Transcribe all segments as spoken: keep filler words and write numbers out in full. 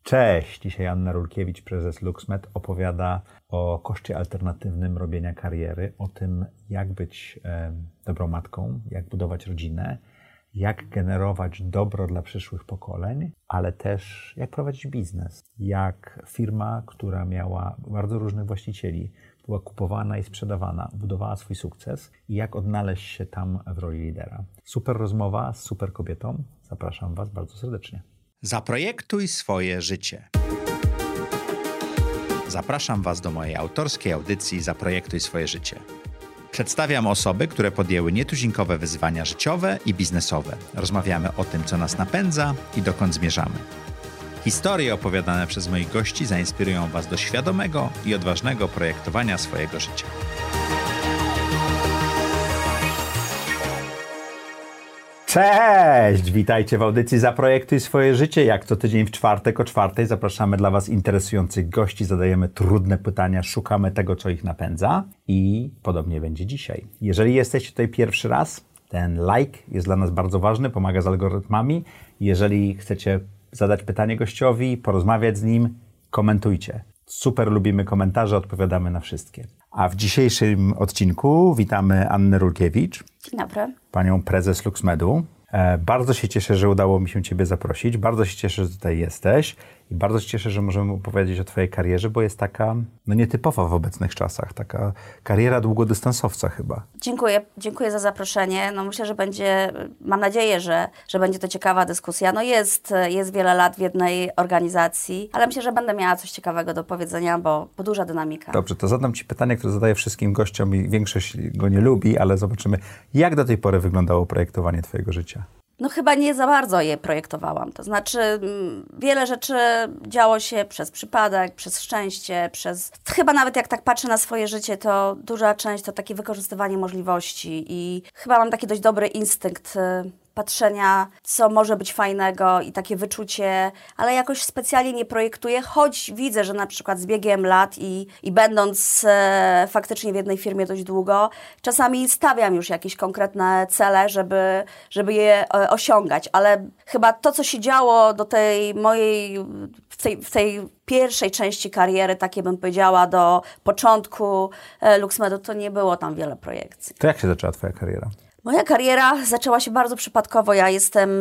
Cześć, dzisiaj Anna Rulkiewicz, prezes LuxMed, opowiada o koszcie alternatywnym robienia kariery, o tym, jak być e, dobrą matką, jak budować rodzinę, jak generować dobro dla przyszłych pokoleń, ale też jak prowadzić biznes. Jak firma, która miała bardzo różnych właścicieli, była kupowana i sprzedawana, budowała swój sukces i jak odnaleźć się tam w roli lidera. Super rozmowa z super kobietą. Zapraszam Was bardzo serdecznie. Zaprojektuj swoje życie. Zapraszam Was do mojej autorskiej audycji Zaprojektuj swoje życie. Przedstawiam osoby, które podjęły nietuzinkowe wyzwania życiowe i biznesowe. Rozmawiamy o tym, co nas napędza i dokąd zmierzamy. Historie opowiadane przez moich gości zainspirują Was do świadomego i odważnego projektowania swojego życia. Cześć! Witajcie w audycji Zaprojektuj swoje życie. Jak co tydzień w czwartek o czwartej zapraszamy dla Was interesujących gości, zadajemy trudne pytania, szukamy tego, co ich napędza i podobnie będzie dzisiaj. Jeżeli jesteście tutaj pierwszy raz, ten like jest dla nas bardzo ważny, pomaga z algorytmami. Jeżeli chcecie zadać pytanie gościowi, porozmawiać z nim, komentujcie. Super lubimy komentarze, odpowiadamy na wszystkie. A w dzisiejszym odcinku witamy Annę Rulkiewicz. Dzień dobry. Panią prezes LuxMedu. E, bardzo się cieszę, że udało mi się Ciebie zaprosić. Bardzo się cieszę, że tutaj jesteś. I bardzo się cieszę, że możemy opowiedzieć o Twojej karierze, bo jest taka no nietypowa w obecnych czasach. Taka kariera długodystansowca chyba. Dziękuję. Dziękuję za zaproszenie. No myślę, że będzie, mam nadzieję, że, że będzie to ciekawa dyskusja. No jest, jest wiele lat w jednej organizacji, ale myślę, że będę miała coś ciekawego do powiedzenia, bo, bo duża dynamika. Dobrze, to zadam Ci pytanie, które zadaję wszystkim gościom i większość go nie lubi, ale zobaczymy, jak do tej pory wyglądało projektowanie Twojego życia. No chyba nie za bardzo je projektowałam. To znaczy m, wiele rzeczy działo się przez przypadek, przez szczęście, przez... Chyba nawet jak tak patrzę na swoje życie, to duża część to takie wykorzystywanie możliwości i chyba mam taki dość dobry instynkt y, patrzenia, co może być fajnego i takie wyczucie, ale jakoś specjalnie nie projektuję, choć widzę, że na przykład z biegiem lat i, i będąc e, faktycznie w jednej firmie dość długo, czasami stawiam już jakieś konkretne cele, żeby, żeby je e, osiągać, ale chyba to, co się działo do tej mojej, w tej, w tej pierwszej części kariery, takie bym powiedziała, do początku e, LuxMedu, to nie było tam wiele projekcji. To jak się zaczęła Twoja kariera? Moja kariera zaczęła się bardzo przypadkowo. Ja jestem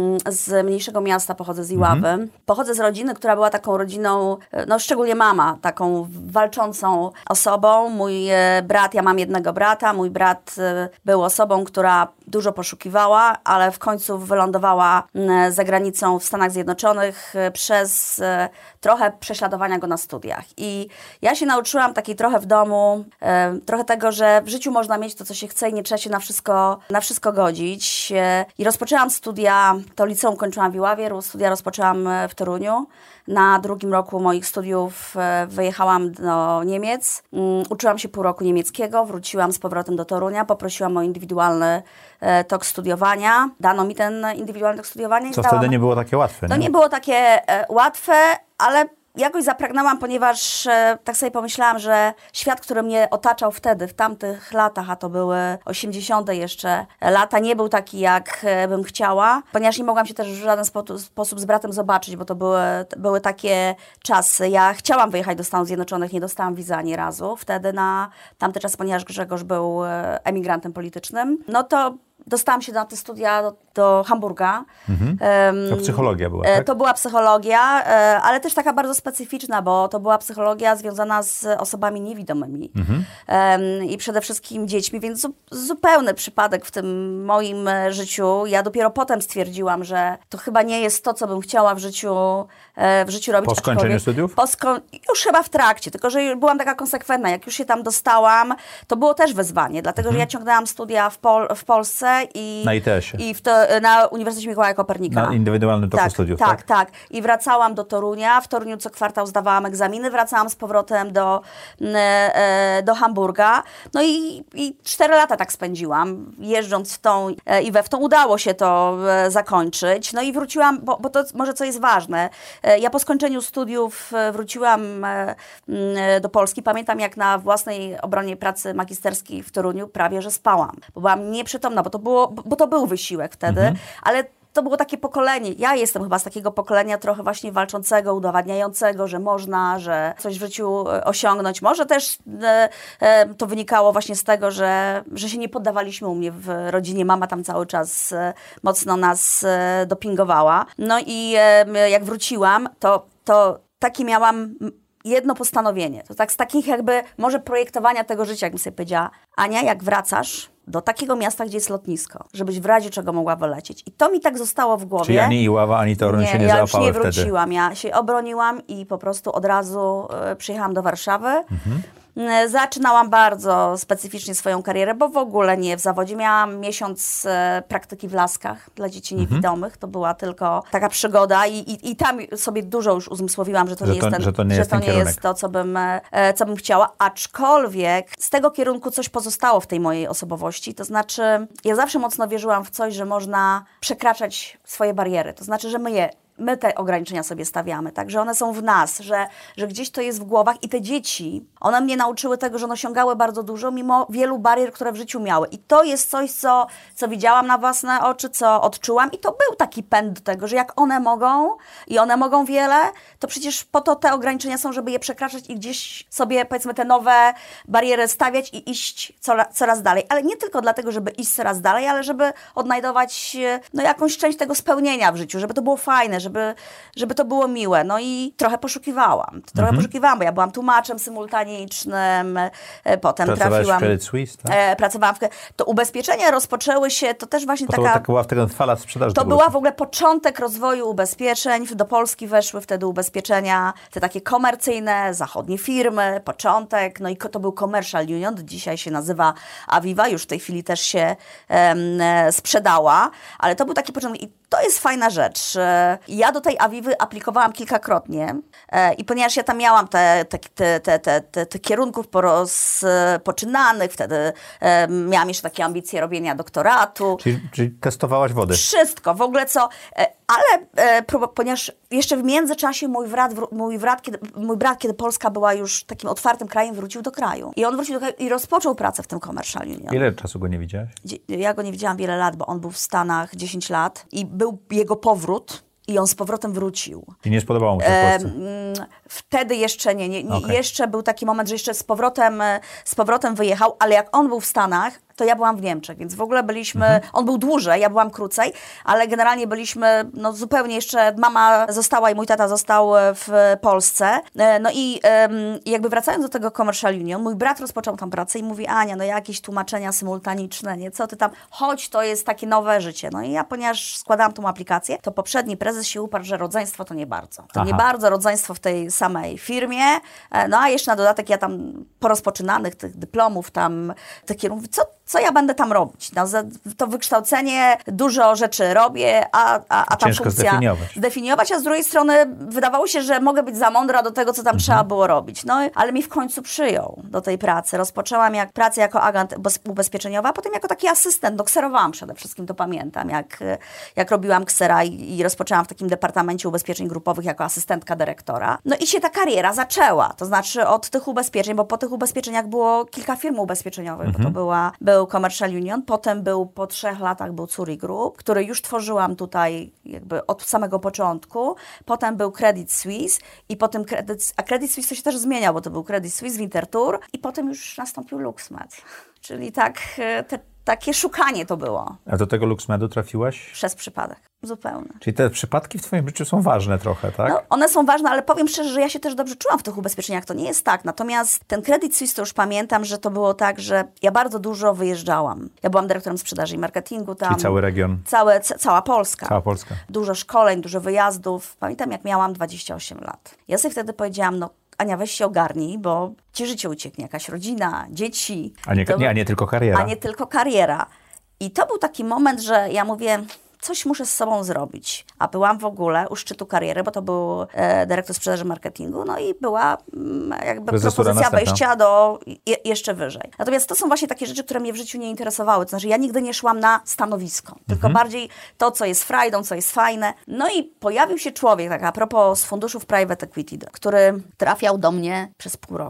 z mniejszego miasta, pochodzę z Iławy. Mhm. Pochodzę z rodziny, która była taką rodziną, no szczególnie mama, taką walczącą osobą. Mój brat, ja mam jednego brata, mój brat był osobą, która dużo poszukiwała, ale w końcu wylądowała za granicą w Stanach Zjednoczonych przez trochę prześladowania go na studiach. I ja się nauczyłam takiej trochę w domu, trochę tego, że w życiu można mieć to, co się chce i nie trzeba się na wszystko na wszystko godzić. I rozpoczęłam studia, to liceum kończyłam w Iławie, studia rozpoczęłam w Toruniu. Na drugim roku moich studiów wyjechałam do Niemiec. Uczyłam się pół roku niemieckiego, wróciłam z powrotem do Torunia, poprosiłam o indywidualny tok studiowania. Dano mi ten indywidualny tok studiowania. Co wtedy nie było takie łatwe, nie? To nie było takie łatwe, ale jakoś zapragnęłam, ponieważ e, tak sobie pomyślałam, że świat, który mnie otaczał wtedy, w tamtych latach, a to były osiemdziesiąte jeszcze lata, nie był taki, jak e, bym chciała, ponieważ nie mogłam się też w żaden spo- sposób z bratem zobaczyć, bo to były, były takie czasy. Ja chciałam wyjechać do Stanów Zjednoczonych, nie dostałam wizy ani razu wtedy na tamty czas, ponieważ Grzegorz był e, emigrantem politycznym. No to dostałam się na te studia do, do Hamburga. Mhm. To psychologia była, tak? To była psychologia, ale też taka bardzo specyficzna, bo to była psychologia związana z osobami niewidomymi mhm. i przede wszystkim dziećmi, więc zu, zupełny przypadek w tym moim życiu. Ja dopiero potem stwierdziłam, że to chyba nie jest to, co bym chciała w życiu, w życiu robić. Po skończeniu studiów? Po sko- już chyba w trakcie, tylko że byłam taka konsekwentna. Jak już się tam dostałam, to było też wyzwanie, dlatego mhm. że ja ciągnęłam studia w, Pol- w Polsce i, na I T S-ie. I w to, na Uniwersytecie Mikołaja Kopernika. Na indywidualnym toku tak, studiów, tak? Tak, tak. I wracałam do Torunia. W Toruniu co kwartał zdawałam egzaminy. Wracałam z powrotem do, e, do Hamburga. No i, i cztery lata tak spędziłam, jeżdżąc w tą e, i we w tą. Udało się to e, zakończyć. No i wróciłam, bo, bo to może co jest ważne. E, ja po skończeniu studiów e, wróciłam e, e, do Polski. Pamiętam, jak na własnej obronie pracy magisterskiej w Toruniu prawie, że spałam. Bo byłam nieprzytomna, bo to, było, bo to był wysiłek wtedy, mhm. ale to było takie pokolenie, ja jestem chyba z takiego pokolenia trochę właśnie walczącego, udowadniającego, że można, że coś w życiu osiągnąć. Może też e, e, to wynikało właśnie z tego, że, że się nie poddawaliśmy u mnie w rodzinie. Mama tam cały czas e, mocno nas e, dopingowała. No i e, jak wróciłam, to, to takie miałam jedno postanowienie. To tak z takich jakby może projektowania tego życia, jakbym sobie powiedziała, Ania, jak wracasz do takiego miasta, gdzie jest lotnisko, żebyś w razie czego mogła wylecieć. I to mi tak zostało w głowie. Czyli ani Iława, ani Toruń nie, się nie ja załapały już nie wtedy. wróciłam. Ja się obroniłam i po prostu od razu y, przyjechałam do Warszawy. Mhm. Y, zaczynałam bardzo specyficznie swoją karierę, bo w ogóle nie w zawodzie. Miałam miesiąc y, praktyki w Laskach dla dzieci mhm. niewidomych. To była tylko taka przygoda i, i, i tam sobie dużo już uzmysłowiłam, że to że nie to, jest, ten, że to nie, że jest, to ten nie jest to, co bym, y, co bym chciała. Aczkolwiek z tego kierunku coś pozostało w tej mojej osobowości. To znaczy, ja zawsze mocno wierzyłam w coś, że można przekraczać swoje bariery. To znaczy, że my je My te ograniczenia sobie stawiamy, tak, że one są w nas, że, że gdzieś to jest w głowach i te dzieci, one mnie nauczyły tego, że one osiągały bardzo dużo, mimo wielu barier, które w życiu miały. I to jest coś, co, co widziałam na własne oczy, co odczułam i to był taki pęd do tego, że jak one mogą i one mogą wiele, to przecież po to te ograniczenia są, żeby je przekraczać i gdzieś sobie, powiedzmy, te nowe bariery stawiać i iść coraz, coraz dalej. Ale nie tylko dlatego, żeby iść coraz dalej, ale żeby odnajdować no, jakąś część tego spełnienia w życiu, żeby to było fajne, żeby, żeby to było miłe. No i trochę poszukiwałam. Trochę mhm. poszukiwałam, bo ja byłam tłumaczem symultanicznym, potem Pracowałaś trafiłam... w Credit Suisse, tak? E, pracowałam w... To ubezpieczenia rozpoczęły się, to też właśnie bo taka... To była, była wtedy fala sprzedaży. To była w ogóle początek rozwoju ubezpieczeń. Do Polski weszły wtedy ubezpieczenia, te takie komercyjne, zachodnie firmy, początek. No i to był Commercial Union, dzisiaj się nazywa Aviva, już w tej chwili też się um, sprzedała, ale to był taki początek i to jest fajna rzecz. Ja do tej Avivy aplikowałam kilkakrotnie i ponieważ ja tam miałam te, te, te, te, te, te, te kierunków porozpoczynanych, wtedy miałam jeszcze takie ambicje robienia doktoratu. Czyli, czyli testowałaś wody? Wszystko, w ogóle co... Ale e, ponieważ jeszcze w międzyczasie mój brat, mój, brat, kiedy, mój brat, kiedy Polska była już takim otwartym krajem, wrócił do kraju. I on wrócił do kraju i rozpoczął pracę w tym Commercial Union. Ile czasu go nie widziałaś? Ja go nie widziałam wiele lat, bo on był w Stanach dziesięć lat i był jego powrót. I on z powrotem wrócił. I nie spodobało mu się w Polsce? E, wtedy jeszcze nie. nie, nie okay. Jeszcze był taki moment, że jeszcze z powrotem, z powrotem wyjechał, ale jak on był w Stanach, to ja byłam w Niemczech, więc w ogóle byliśmy, mhm. on był dłużej, ja byłam krócej, ale generalnie byliśmy, no zupełnie jeszcze, mama została i mój tata został w Polsce. No i um, jakby wracając do tego Commercial Union, mój brat rozpoczął tam pracę i mówi, Ania, no jakieś tłumaczenia symultaniczne, nie, co ty tam, chodź, to jest takie nowe życie. No i ja, ponieważ składałam tą aplikację, to poprzedni prezes się uparł, że rodzeństwo to nie bardzo. To Aha. nie bardzo rodzeństwo w tej samej firmie, no a jeszcze na dodatek ja tam po rozpoczynanych tych dyplomów tam, te kierunki, co Co ja będę tam robić? No, to wykształcenie, dużo rzeczy robię, a, a, a ta Ciężko funkcja... zdefiniować. zdefiniować. A z drugiej strony wydawało się, że mogę być za mądra do tego, co tam mhm. trzeba było robić. No, ale mi w końcu przyjął do tej pracy. Rozpoczęłam jak pracę jako agent ubezpieczeniowy, a potem jako taki asystent. No, kserowałam przede wszystkim, to pamiętam, jak, jak robiłam ksera i, i rozpoczęłam w takim departamencie ubezpieczeń grupowych jako asystentka dyrektora. No i się ta kariera zaczęła. To znaczy od tych ubezpieczeń, bo po tych ubezpieczeniach było kilka firm ubezpieczeniowych, mhm. bo to była... Był Commercial Union, potem był po trzech latach był Zurich Group, który już tworzyłam tutaj jakby od samego początku. Potem był Credit Suisse i potem Credit, a Credit Suisse to się też zmieniał, bo to był Credit Suisse, Winterthur i potem już nastąpił LuxMed. Czyli tak, te, takie szukanie to było. A do tego LuxMedu trafiłaś? Przez przypadek. Zupełnie. Czyli te przypadki w twoim życiu są ważne trochę, tak? No, one są ważne, ale powiem szczerze, że ja się też dobrze czułam w tych ubezpieczeniach. To nie jest tak. Natomiast ten Credit Suisse to już pamiętam, że to było tak, że ja bardzo dużo wyjeżdżałam. Ja byłam dyrektorem sprzedaży i marketingu tam. I cały region? Całe, ca, cała Polska. Cała Polska. Dużo szkoleń, dużo wyjazdów. Pamiętam, jak miałam dwadzieścia osiem lat. Ja sobie wtedy powiedziałam, no Ania, weź się ogarnij, bo ci życie ucieknie. Jakaś rodzina, dzieci. A nie, to, nie, a nie tylko kariera. A nie tylko kariera. I to był taki moment, że ja mówię... Coś muszę z sobą zrobić. A byłam w ogóle u szczytu kariery, bo to był e, dyrektor sprzedaży marketingu, no i była m, jakby Prezesura propozycja następna. wejścia do je, jeszcze wyżej. Natomiast to są właśnie takie rzeczy, które mnie w życiu nie interesowały. To znaczy ja nigdy nie szłam na stanowisko, tylko mhm. bardziej to, co jest frajdą, co jest fajne. No i pojawił się człowiek, tak a propos z funduszów private equity, który trafiał do mnie przez pół roku.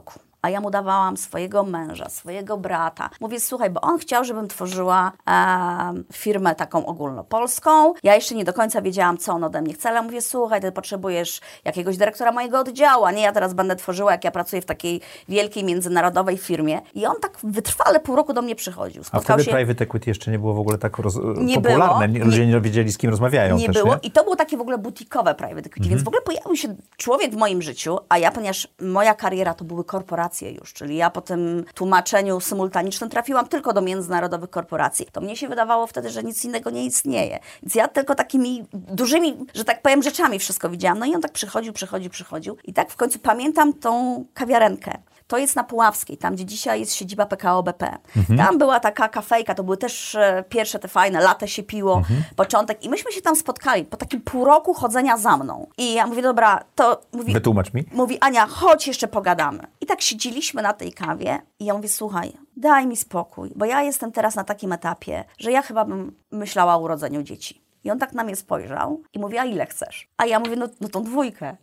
A ja mu dawałam swojego męża, swojego brata. Mówię, słuchaj, bo on chciał, żebym tworzyła e, firmę taką ogólnopolską. Ja jeszcze nie do końca wiedziałam, co on ode mnie chce, ale mówię, słuchaj, ty potrzebujesz jakiegoś dyrektora mojego oddziału, a nie ja teraz będę tworzyła, jak ja pracuję w takiej wielkiej, międzynarodowej firmie. I on tak wytrwale pół roku do mnie przychodził. Spotkał a wtedy się... private equity jeszcze nie było w ogóle tak roz... nie popularne. Było. Ludzie nie, nie wiedzieli, z kim rozmawiają nie też, było. nie? I to było takie w ogóle butikowe private equity, mhm. więc w ogóle pojawił się człowiek w moim życiu, a ja, ponieważ moja kariera to były korporacje już, czyli ja po tym tłumaczeniu symultanicznym trafiłam tylko do międzynarodowych korporacji. To mnie się wydawało wtedy, że nic innego nie istnieje. Więc ja tylko takimi dużymi, że tak powiem, rzeczami wszystko widziałam. No i on tak przychodził, przychodził, przychodził. I tak w końcu pamiętam tą kawiarenkę. To jest na Puławskiej, tam gdzie dzisiaj jest siedziba P K O B P. Mhm. Tam była taka kafejka, to były też e, pierwsze te fajne, latte się piło, mhm. początek. I myśmy się tam spotkali po takim pół roku chodzenia za mną. I ja mówię, dobra, to... Mówi, wytłumacz mi. Mówi, Ania, chodź, jeszcze pogadamy. I tak siedzieliśmy na tej kawie i ja mówię, słuchaj, daj mi spokój, bo ja jestem teraz na takim etapie, że ja chyba bym myślała o urodzeniu dzieci. I on tak na mnie spojrzał i mówi, a ile chcesz? A ja mówię, no, no tą dwójkę.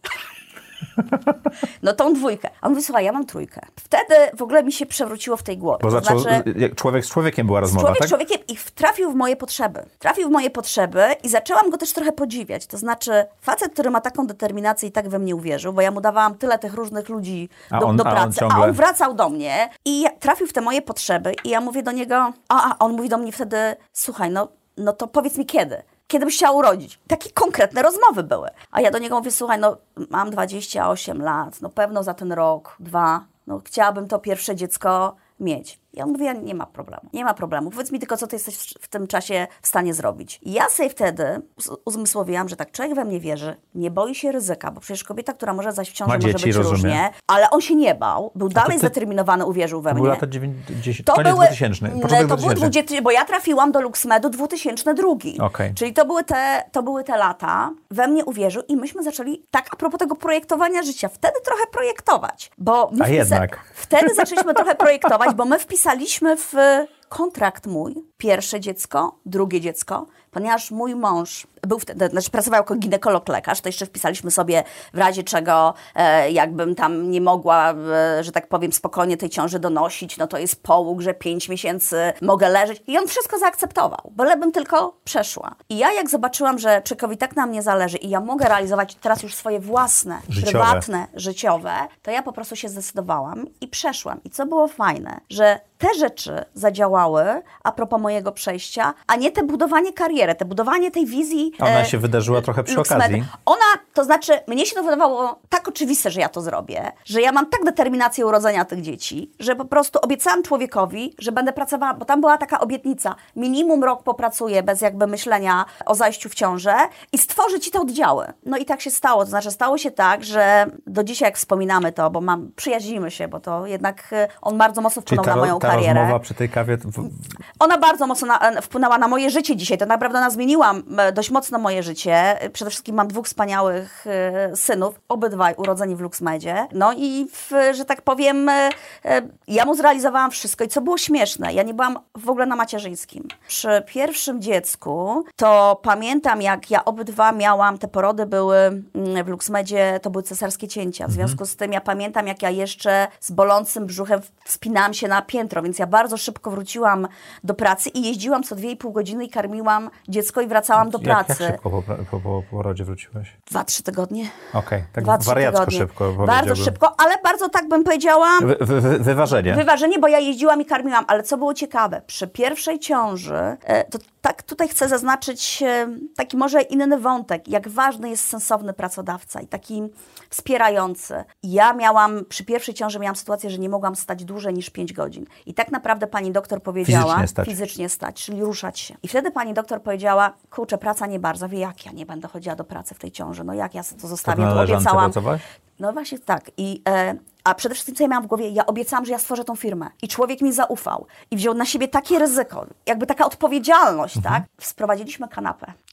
No tą dwójkę. A on mówi, słuchaj, ja mam trójkę. Wtedy w ogóle mi się przewróciło w tej głowie. Bo zaczął, znaczy, człowiek z człowiekiem była rozmowa, człowiek tak? z człowiekiem i trafił w moje potrzeby. Trafił w moje potrzeby i zaczęłam go też trochę podziwiać. To znaczy facet, który ma taką determinację i tak we mnie uwierzył, bo ja mu dawałam tyle tych różnych ludzi do, a on, do pracy, a on, ciągle... a on wracał do mnie i trafił w te moje potrzeby i ja mówię do niego, a, a on mówi do mnie wtedy, słuchaj, no, no to powiedz mi kiedy. Kiedy byś chciała urodzić? Takie konkretne rozmowy były. A ja do niego mówię, słuchaj, no mam dwadzieścia osiem lat, no pewno za ten rok, dwa, no chciałabym to pierwsze dziecko mieć. I on mówi, ja nie ma problemu, nie ma problemu. Powiedz mi tylko, co ty jesteś w tym czasie w stanie zrobić. I ja sobie wtedy uzmysłowiłam, że tak człowiek we mnie wierzy, nie boi się ryzyka, bo przecież kobieta, która może zajść w ciąży, może dzieci, być rozumiem. różnie, ale on się nie bał, był dalej ty... zdeterminowany, uwierzył we to mnie. Były lata dziewięćdziesiąte, to koniec były, dwutysięczny, początek to były dwudziesty, bo ja trafiłam do LuxMedu dwa tysiące drugi. Okay. Czyli to były, te, to były te lata, we mnie uwierzył i myśmy zaczęli, tak a propos tego projektowania życia, wtedy trochę projektować. Bo my a wpisa- jednak. Wtedy zaczęliśmy trochę projektować, bo my wpisaliśmy w kontrakt mój, pierwsze dziecko, drugie dziecko, ponieważ mój mąż był wtedy, znaczy pracował jako ginekolog-lekarz, to jeszcze wpisaliśmy sobie w razie czego, e, jakbym tam nie mogła, e, że tak powiem, spokojnie tej ciąży donosić, no to jest połóg, że pięć miesięcy mogę leżeć. I on wszystko zaakceptował, bylebym tylko przeszła. I ja jak zobaczyłam, że człowiekowi tak na mnie zależy i ja mogę realizować teraz już swoje własne, życiowe. prywatne, życiowe, to ja po prostu się zdecydowałam i przeszłam. I co było fajne, że te rzeczy zadziałały a propos mojego przejścia, a nie te budowanie kariery, te budowanie tej wizji. Ona e, się wydarzyła trochę przy LuxMed. okazji. Ona, to znaczy, mnie się to wydawało tak oczywiste, że ja to zrobię, że ja mam tak determinację urodzenia tych dzieci, że po prostu obiecałam człowiekowi, że będę pracowała, bo tam była taka obietnica, minimum rok popracuję bez jakby myślenia o zajściu w ciążę i stworzę ci te oddziały. No i tak się stało, to znaczy stało się tak, że do dzisiaj jak wspominamy to, bo mam, przyjaźnimy się, bo to jednak on bardzo mocno wpłynął na moją ta karierę. rozmowa przy tej kawie... W... Ona bardzo mocno na, wpłynęła na moje życie dzisiaj. To naprawdę ona zmieniła dość mocno moje życie. Przede wszystkim mam dwóch wspaniałych y, synów, obydwaj urodzeni w LuxMedzie. No i, w, że tak powiem, y, y, ja mu zrealizowałam wszystko. I co było śmieszne, ja nie byłam w ogóle na macierzyńskim. Przy pierwszym dziecku to pamiętam, jak ja obydwa miałam, te porody były w LuxMedzie, to były cesarskie cięcia. W związku z tym ja pamiętam, jak ja jeszcze z bolącym brzuchem wspinałam się na piętro, więc ja bardzo szybko wróciłam do pracy i jeździłam co dwie i pół godziny i karmiłam dziecko i wracałam do pracy. Jak, jak szybko po, po, po porodzie wróciłaś? Dwa, trzy tygodnie. Okej, okay, tak Dwa, wariacko tygodnie. szybko. Bardzo szybko, ale bardzo tak bym powiedziała... Wy, wy, wyważenie. Wyważenie, bo ja jeździłam i karmiłam, ale co było ciekawe, przy pierwszej ciąży, to tak tutaj chcę zaznaczyć taki może inny wątek, jak ważny jest sensowny pracodawca i taki wspierający. Ja miałam, przy pierwszej ciąży miałam sytuację, że nie mogłam stać dłużej niż pięć godzin. I tak naprawdę pani doktor powiedziała... Fizycznie stać. Fizycznie stać, czyli ruszać się. I wtedy pani doktor powiedziała, kurczę, praca nie bardzo. Wie, jak ja nie będę chodziła do pracy w tej ciąży? No jak ja to zostawię? Tak, to obiecałam. Pracować? No właśnie tak. I, e, a przede wszystkim, co ja miałam w głowie, ja obiecałam, że ja stworzę tą firmę. I człowiek mi zaufał. I wziął na siebie takie ryzyko, jakby taka odpowiedzialność, mhm. tak? Sprowadziliśmy kanapę.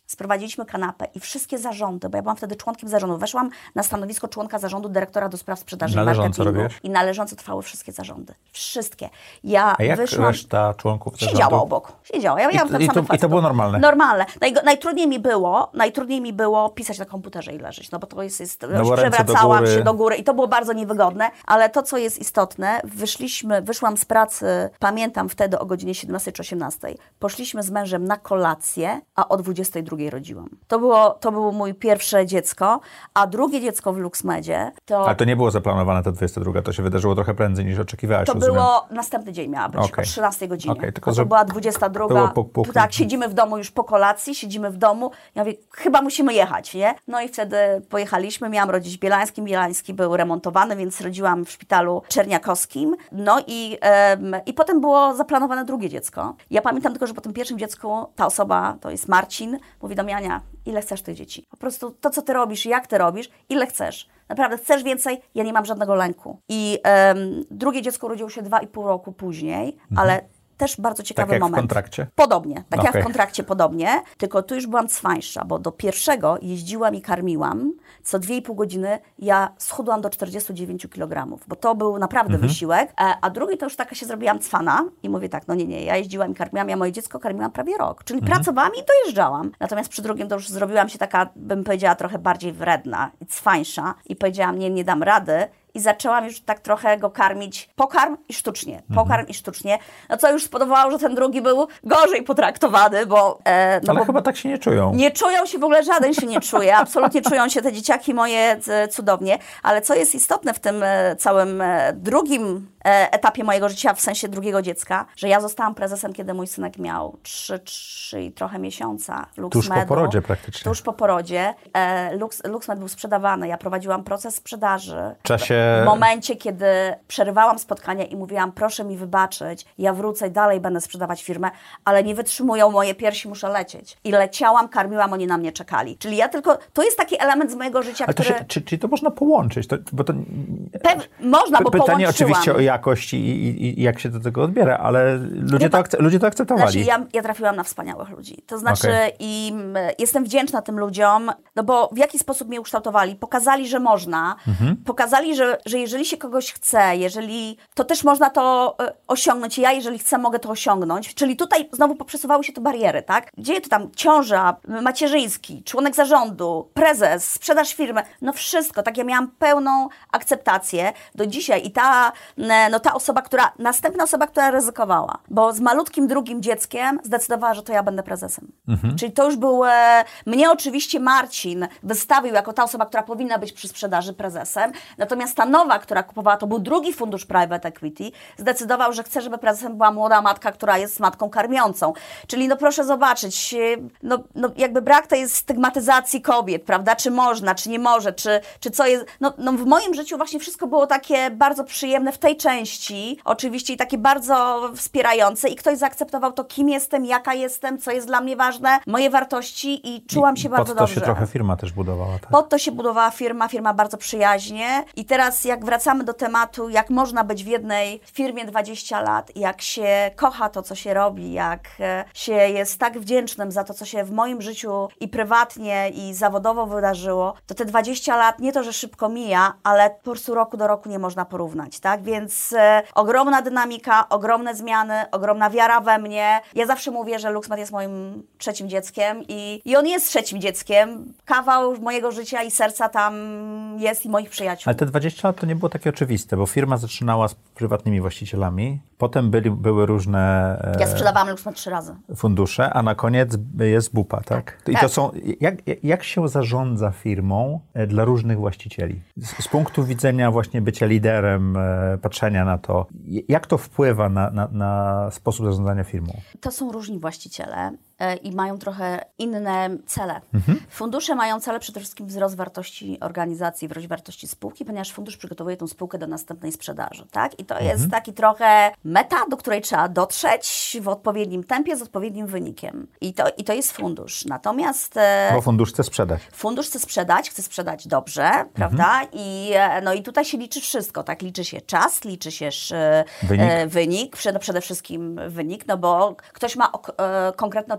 sprowadziliśmy kanapę i wszystkie zarządy, bo ja byłam wtedy członkiem zarządu, weszłam na stanowisko członka zarządu dyrektora do spraw sprzedaży należąco i marketingu. Robisz? I należąco trwały wszystkie zarządy. Wszystkie. Ja A jak wyszłam, reszta członków zarządu? Siedziała obok. Siedziała. Ja I, miałam tak i, samo to, I to było normalne? Normalne. Naj, najtrudniej mi było, najtrudniej mi było pisać na komputerze i leżeć, no bo to jest, jest no przewracałam do się do góry i to było bardzo niewygodne, ale to, co jest istotne, wyszliśmy, wyszłam z pracy, pamiętam wtedy o godzinie siedemnastej czy osiemnastej, poszliśmy z mężem na kolację, a o dwudziestej drugiej rodziłam. To było, to było mój pierwsze dziecko, a drugie dziecko w LuxMedzie to... Ale to nie było zaplanowane, ta dwudziesta druga, to się wydarzyło trochę prędzej niż oczekiwałaś, To rozumiem. było, następny dzień miała być, okay. o trzynastej godzinie. Okay, tylko, a to była dwudziesta druga. Po, po, po... Tak, siedzimy w domu już po kolacji, siedzimy w domu. Ja mówię, chyba musimy jechać, nie? No i wtedy pojechaliśmy, miałam rodzić w Bielańskim. Bielański był remontowany, więc rodziłam w szpitalu czerniakowskim. No i, um, i potem było zaplanowane drugie dziecko. Ja pamiętam tylko, że po tym pierwszym dziecku ta osoba, to jest Marcin, mówi do mnie: Ania, ile chcesz tych dzieci? Po prostu to, co ty robisz, jak ty robisz, ile chcesz. Naprawdę, chcesz więcej? Ja nie mam żadnego lęku. I um, drugie dziecko urodziło się dwa i pół roku później, mhm. ale też bardzo ciekawy tak jak moment. w kontrakcie? Podobnie, tak okay. jak w kontrakcie podobnie, tylko tu już byłam cwańsza, bo do pierwszego jeździłam i karmiłam, co dwie i pół godziny ja schudłam do czterdziestu dziewięciu kilogramów, bo to był naprawdę mhm. wysiłek, a drugi to już taka się zrobiłam cwana i mówię tak, no nie, nie, ja jeździłam i karmiłam, ja moje dziecko karmiłam prawie rok, czyli mhm. pracowałam i dojeżdżałam. Natomiast przy drugim to już zrobiłam się taka, bym powiedziała, trochę bardziej wredna i cwańsza i powiedziałam, nie, nie dam rady. I zaczęłam już tak trochę go karmić pokarm i sztucznie, pokarm mhm. i sztucznie, no co już spowodowało, że ten drugi był gorzej potraktowany, bo... E, no Ale bo chyba tak się nie czują. Nie czują się w ogóle, żaden się nie czuje, absolutnie czują się te dzieciaki moje cudownie, ale co jest istotne w tym e, całym e, drugim e, etapie mojego życia, w sensie drugiego dziecka, że ja zostałam prezesem, kiedy mój synek miał trzy, trzy i trochę miesiąca LuxMedu. Tuż po porodzie praktycznie. Tuż po porodzie. E, Lux, LuxMed był sprzedawany, ja prowadziłam proces sprzedaży. W czasie... W momencie, kiedy przerywałam spotkania i mówiłam, proszę mi wybaczyć, ja wrócę i dalej będę sprzedawać firmę, ale nie wytrzymują moje piersi, muszę lecieć. I leciałam, karmiłam, oni na mnie czekali. Czyli ja tylko, to jest taki element z mojego życia, ale który... To się, czy, czy to można połączyć? To, bo to... Pe- można, bo Pytanie połączyłam. oczywiście o jakość i, i, i jak się do tego odbiera, ale ludzie, to, akce- ludzie to akceptowali. Znaczy, ja, ja trafiłam na wspaniałych ludzi. To znaczy okay. i jestem wdzięczna tym ludziom, no bo w jaki sposób mnie ukształtowali? Pokazali, że można. Mhm. Pokazali, że, że jeżeli się kogoś chce, jeżeli to też można to y, osiągnąć. Ja, jeżeli chcę, mogę to osiągnąć. Czyli tutaj znowu poprzesuwały się te bariery, tak? Gdzie to tam? Ciąża, macierzyński, członek zarządu, prezes, sprzedaż firmy. No wszystko. Tak, ja miałam pełną akceptację do dzisiaj. I ta, no, ta osoba, która, następna osoba, która ryzykowała, bo z malutkim drugim dzieckiem zdecydowała, że to ja będę prezesem. Mhm. Czyli to już był, e, mnie oczywiście Marcin wystawił jako ta osoba, która powinna być przy sprzedaży prezesem. Natomiast ta nowa, która kupowała, to był drugi fundusz private equity, zdecydował, że chce, żeby prezesem była młoda matka, która jest matką karmiącą. Czyli no proszę zobaczyć, no, no jakby brak tej stygmatyzacji kobiet, prawda? Czy można, czy nie może, czy, czy co jest... No, no w moim życiu właśnie wszystko było takie bardzo przyjemne w tej części, oczywiście i takie bardzo wspierające i ktoś zaakceptował to, kim jestem, jaka jestem, co jest dla mnie ważne, moje wartości i czułam się I bardzo dobrze. Pod to się trochę firma też budowała, tak? Pod to się budowała firma, firma bardzo przyjaźnie i teraz jak wracamy do tematu, jak można być w jednej firmie dwadzieścia lat, jak się kocha to, co się robi, jak się jest tak wdzięcznym za to, co się w moim życiu i prywatnie, i zawodowo wydarzyło, to te dwadzieścia lat nie to, że szybko mija, ale po prostu roku do roku nie można porównać, tak? Więc e, ogromna dynamika, ogromne zmiany, ogromna wiara we mnie. Ja zawsze mówię, że LuxMed jest moim trzecim dzieckiem i, i on jest trzecim dzieckiem. Kawał mojego życia i serca tam jest i moich przyjaciół. Ale te dwadzieścia lat to nie było takie oczywiste, bo firma zaczynała z prywatnymi właścicielami, potem byli, były różne e, ja sprzedawałam LuxMed trzy razy. fundusze, a na koniec jest bupa, tak? tak I tak. to są, jak, jak się zarządza firmą e, dla różnych właścicieli? Z, z punktu widzenia właśnie bycia liderem, e, patrzenia na to, jak to wpływa na, na, na sposób zarządzania firmą? To są różni właściciele i mają trochę inne cele. Mhm. Fundusze mają cele przede wszystkim wzrost wartości organizacji, wzrost wartości spółki, ponieważ fundusz przygotowuje tą spółkę do następnej sprzedaży, tak? I to mhm. jest taki trochę meta, do której trzeba dotrzeć w odpowiednim tempie, z odpowiednim wynikiem. I to, i to jest fundusz. Natomiast... Bo fundusz chce sprzedać. Fundusz chce sprzedać, chce sprzedać dobrze, mhm. prawda? I, no i tutaj się liczy wszystko, tak? Liczy się czas, liczy się wynik, wynik przede, przede wszystkim wynik, no bo ktoś ma ok- konkretne oczekiwania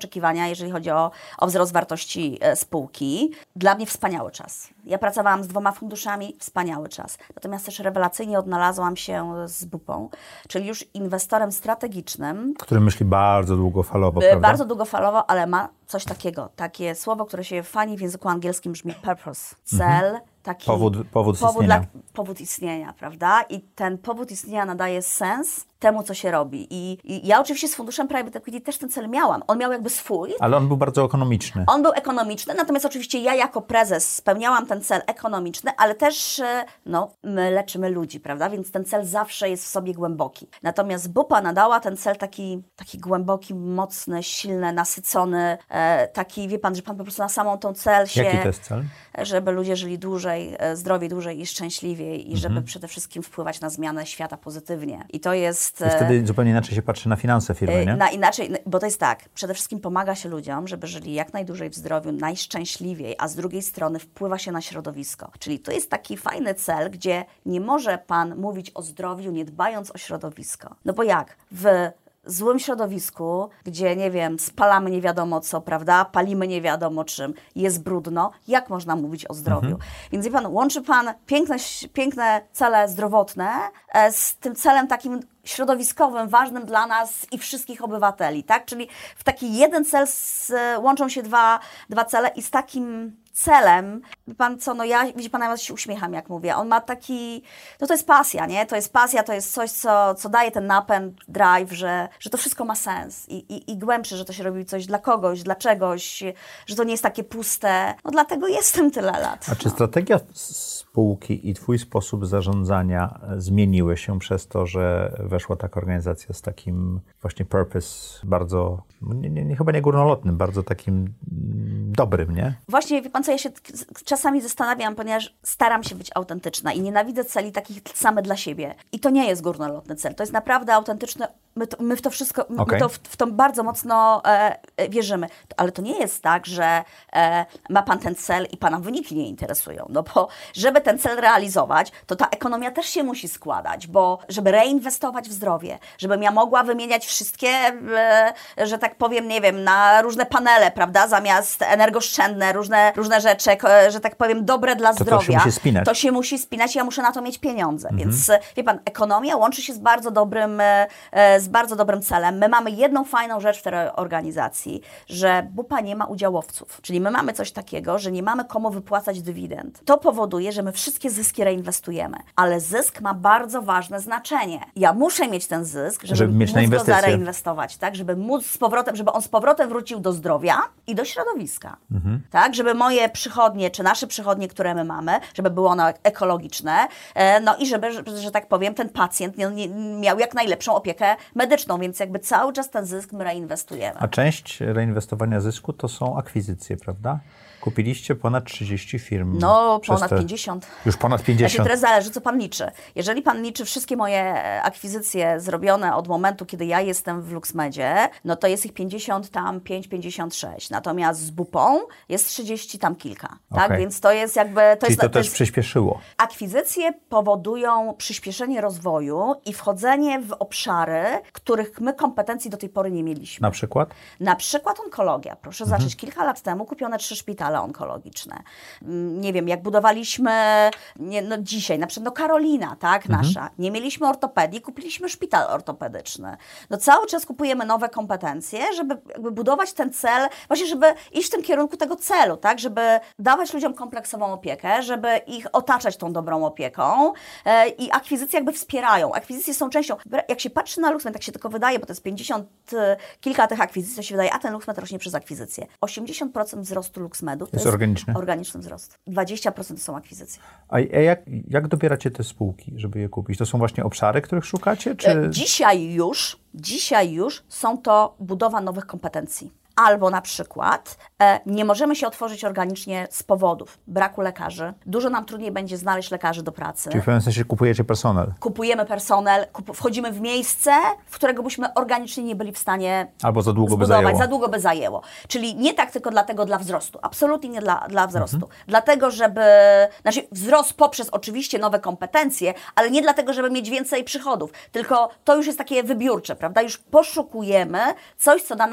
oczekiwania, jeżeli chodzi o, o wzrost wartości spółki. Dla mnie wspaniały czas. Ja pracowałam z dwoma funduszami, wspaniały czas. Natomiast też rewelacyjnie odnalazłam się z Bupą, czyli już inwestorem strategicznym. Który myśli bardzo długofalowo, prawda? Bardzo długofalowo, ale ma coś takiego, takie słowo, które się fajnie w języku angielskim brzmi purpose, cel, mhm. taki powód, powód, powód istnienia. Dla, powód istnienia, prawda? I ten powód istnienia nadaje sens temu, co się robi. I, i ja oczywiście z funduszem Private Equity też ten cel miałam. On miał jakby swój. Ale on był bardzo ekonomiczny. On był ekonomiczny, natomiast oczywiście ja jako prezes spełniałam ten cel ekonomiczny, ale też no, my leczymy ludzi, prawda? Więc ten cel zawsze jest w sobie głęboki. Natomiast Bupa nadała ten cel taki, taki głęboki, mocny, silny, nasycony, e, taki, wie pan, że pan po prostu na samą tą cel się... Jaki to jest cel? Żeby ludzie żyli dłużej, zdrowiej, dłużej i szczęśliwiej i mhm. żeby przede wszystkim wpływać na zmianę świata pozytywnie. I to jest... I wtedy zupełnie inaczej się patrzy na finanse firmy, nie? Na inaczej, bo to jest tak, przede wszystkim pomaga się ludziom, żeby żyli jak najdłużej w zdrowiu, najszczęśliwiej, a z drugiej strony wpływa się na środowisko. Czyli to jest taki fajny cel, gdzie nie może pan mówić o zdrowiu, nie dbając o środowisko. No bo jak? W złym środowisku, gdzie, nie wiem, spalamy nie wiadomo co, prawda, palimy nie wiadomo czym, jest brudno, jak można mówić o zdrowiu? Mhm. Więc wie pan, łączy pan piękne, piękne cele zdrowotne z tym celem takim środowiskowym, ważnym dla nas i wszystkich obywateli, tak? Czyli w taki jeden cel z, łączą się dwa, dwa cele i z takim celem, wie pan co, no ja, widzi pan, ja się uśmiecham, jak mówię, on ma taki, no to jest pasja, nie? To jest pasja, to jest coś, co, co daje ten napęd, drive, że, że to wszystko ma sens i, i, i głębsze, że to się robi coś dla kogoś, dla czegoś, że to nie jest takie puste. No dlatego jestem tyle lat. A czy no. strategia spółki i twój sposób zarządzania zmieniły się przez to, że weszła taka organizacja z takim właśnie purpose bardzo, nie, nie, chyba nie górnolotnym, bardzo takim dobrym, nie? Właśnie, wie pan co, ja się czasami zastanawiam, ponieważ staram się być autentyczna i nienawidzę celi takich same dla siebie. I to nie jest górnolotny cel, to jest naprawdę autentyczne. My, to, my w to wszystko, my okay. to w, w to bardzo mocno e, wierzymy. Ale to nie jest tak, że e, ma pan ten cel i pana wyniki nie interesują. No bo żeby ten cel realizować, to ta ekonomia też się musi składać, bo żeby reinwestować w zdrowie, żebym ja mogła wymieniać wszystkie, e, że tak powiem, nie wiem, na różne panele, prawda, zamiast energooszczędne, różne, różne rzeczy, że tak powiem, dobre dla to zdrowia. To się musi spinać. To się musi spinać i ja muszę na to mieć pieniądze. Mhm. Więc wie pan, ekonomia łączy się z bardzo dobrym, z bardzo dobrym celem. My mamy jedną fajną rzecz w tej organizacji, że Bupa nie ma udziałowców. Czyli my mamy coś takiego, że nie mamy komu wypłacać dywidend. To powoduje, że my wszystkie zyski reinwestujemy. Ale zysk ma bardzo ważne znaczenie. Ja muszę mieć ten zysk, żeby, żeby mieć móc na go zareinwestować, tak? Żeby móc z powrotem, żeby on z powrotem wrócił do zdrowia i do środowiska. Mhm. Tak? Żeby moje przychodnie, czy nasze przychodnie, które my mamy, żeby było ono ekologiczne, no i żeby, że, że tak powiem, ten pacjent nie, nie, miał jak najlepszą opiekę medyczną, więc jakby cały czas ten zysk my reinwestujemy. A część reinwestowania zysku to są akwizycje, prawda? Kupiliście ponad trzydzieści firm. No, ponad te... pięćdziesiąt. Już ponad pięćdziesiąt. Znaczy, teraz zależy, co pan liczy. Jeżeli pan liczy wszystkie moje akwizycje zrobione od momentu, kiedy ja jestem w LuxMedzie, no to jest ich pięćdziesiąt tam pięć, pięćdziesiąt sześć. Natomiast z Bupą jest trzydzieści tam kilka. Tak? Okay. Więc to jest jakby... To Czyli jest, to, to też jest... przyspieszyło. Akwizycje powodują przyspieszenie rozwoju i wchodzenie w obszary, których my kompetencji do tej pory nie mieliśmy. Na przykład? Na przykład onkologia. Proszę mhm. zacząć, kilka lat temu kupione trzy szpitale onkologiczne. Nie wiem, jak budowaliśmy, nie, no dzisiaj, na przykład no Karolina, tak, mhm. nasza. Nie mieliśmy ortopedii, kupiliśmy szpital ortopedyczny. No cały czas kupujemy nowe kompetencje, żeby jakby budować ten cel, właśnie żeby iść w tym kierunku tego celu, tak, żeby dawać ludziom kompleksową opiekę, żeby ich otaczać tą dobrą opieką e, i akwizycje jakby wspierają. Akwizycje są częścią, jak się patrzy na LuxMed, tak się tylko wydaje, bo to jest pięćdziesiąt kilka tych akwizycji, to się wydaje, a ten LuxMed rośnie przez akwizycje. osiemdziesiąt procent wzrostu LuxMedu to jest, jest organiczny. organiczny wzrost. dwadzieścia procent to są akwizycje. A jak, jak dobieracie te spółki, żeby je kupić? To są właśnie obszary, których szukacie? Czy... Dzisiaj już, dzisiaj już są to budowa nowych kompetencji. Albo na przykład e, nie możemy się otworzyć organicznie z powodów braku lekarzy. Dużo nam trudniej będzie znaleźć lekarzy do pracy. Czyli w pewnym sensie kupujecie personel. Kupujemy personel, kup- wchodzimy w miejsce, w którego byśmy organicznie nie byli w stanie Albo za długo zbudować, by zajęło. za długo by zajęło. Czyli nie tak tylko dlatego dla wzrostu. Absolutnie nie dla, dla wzrostu. Mhm. Dlatego, żeby... Znaczy wzrost poprzez oczywiście nowe kompetencje, ale nie dlatego, żeby mieć więcej przychodów. Tylko to już jest takie wybiórcze, prawda? Już poszukujemy coś, co da nam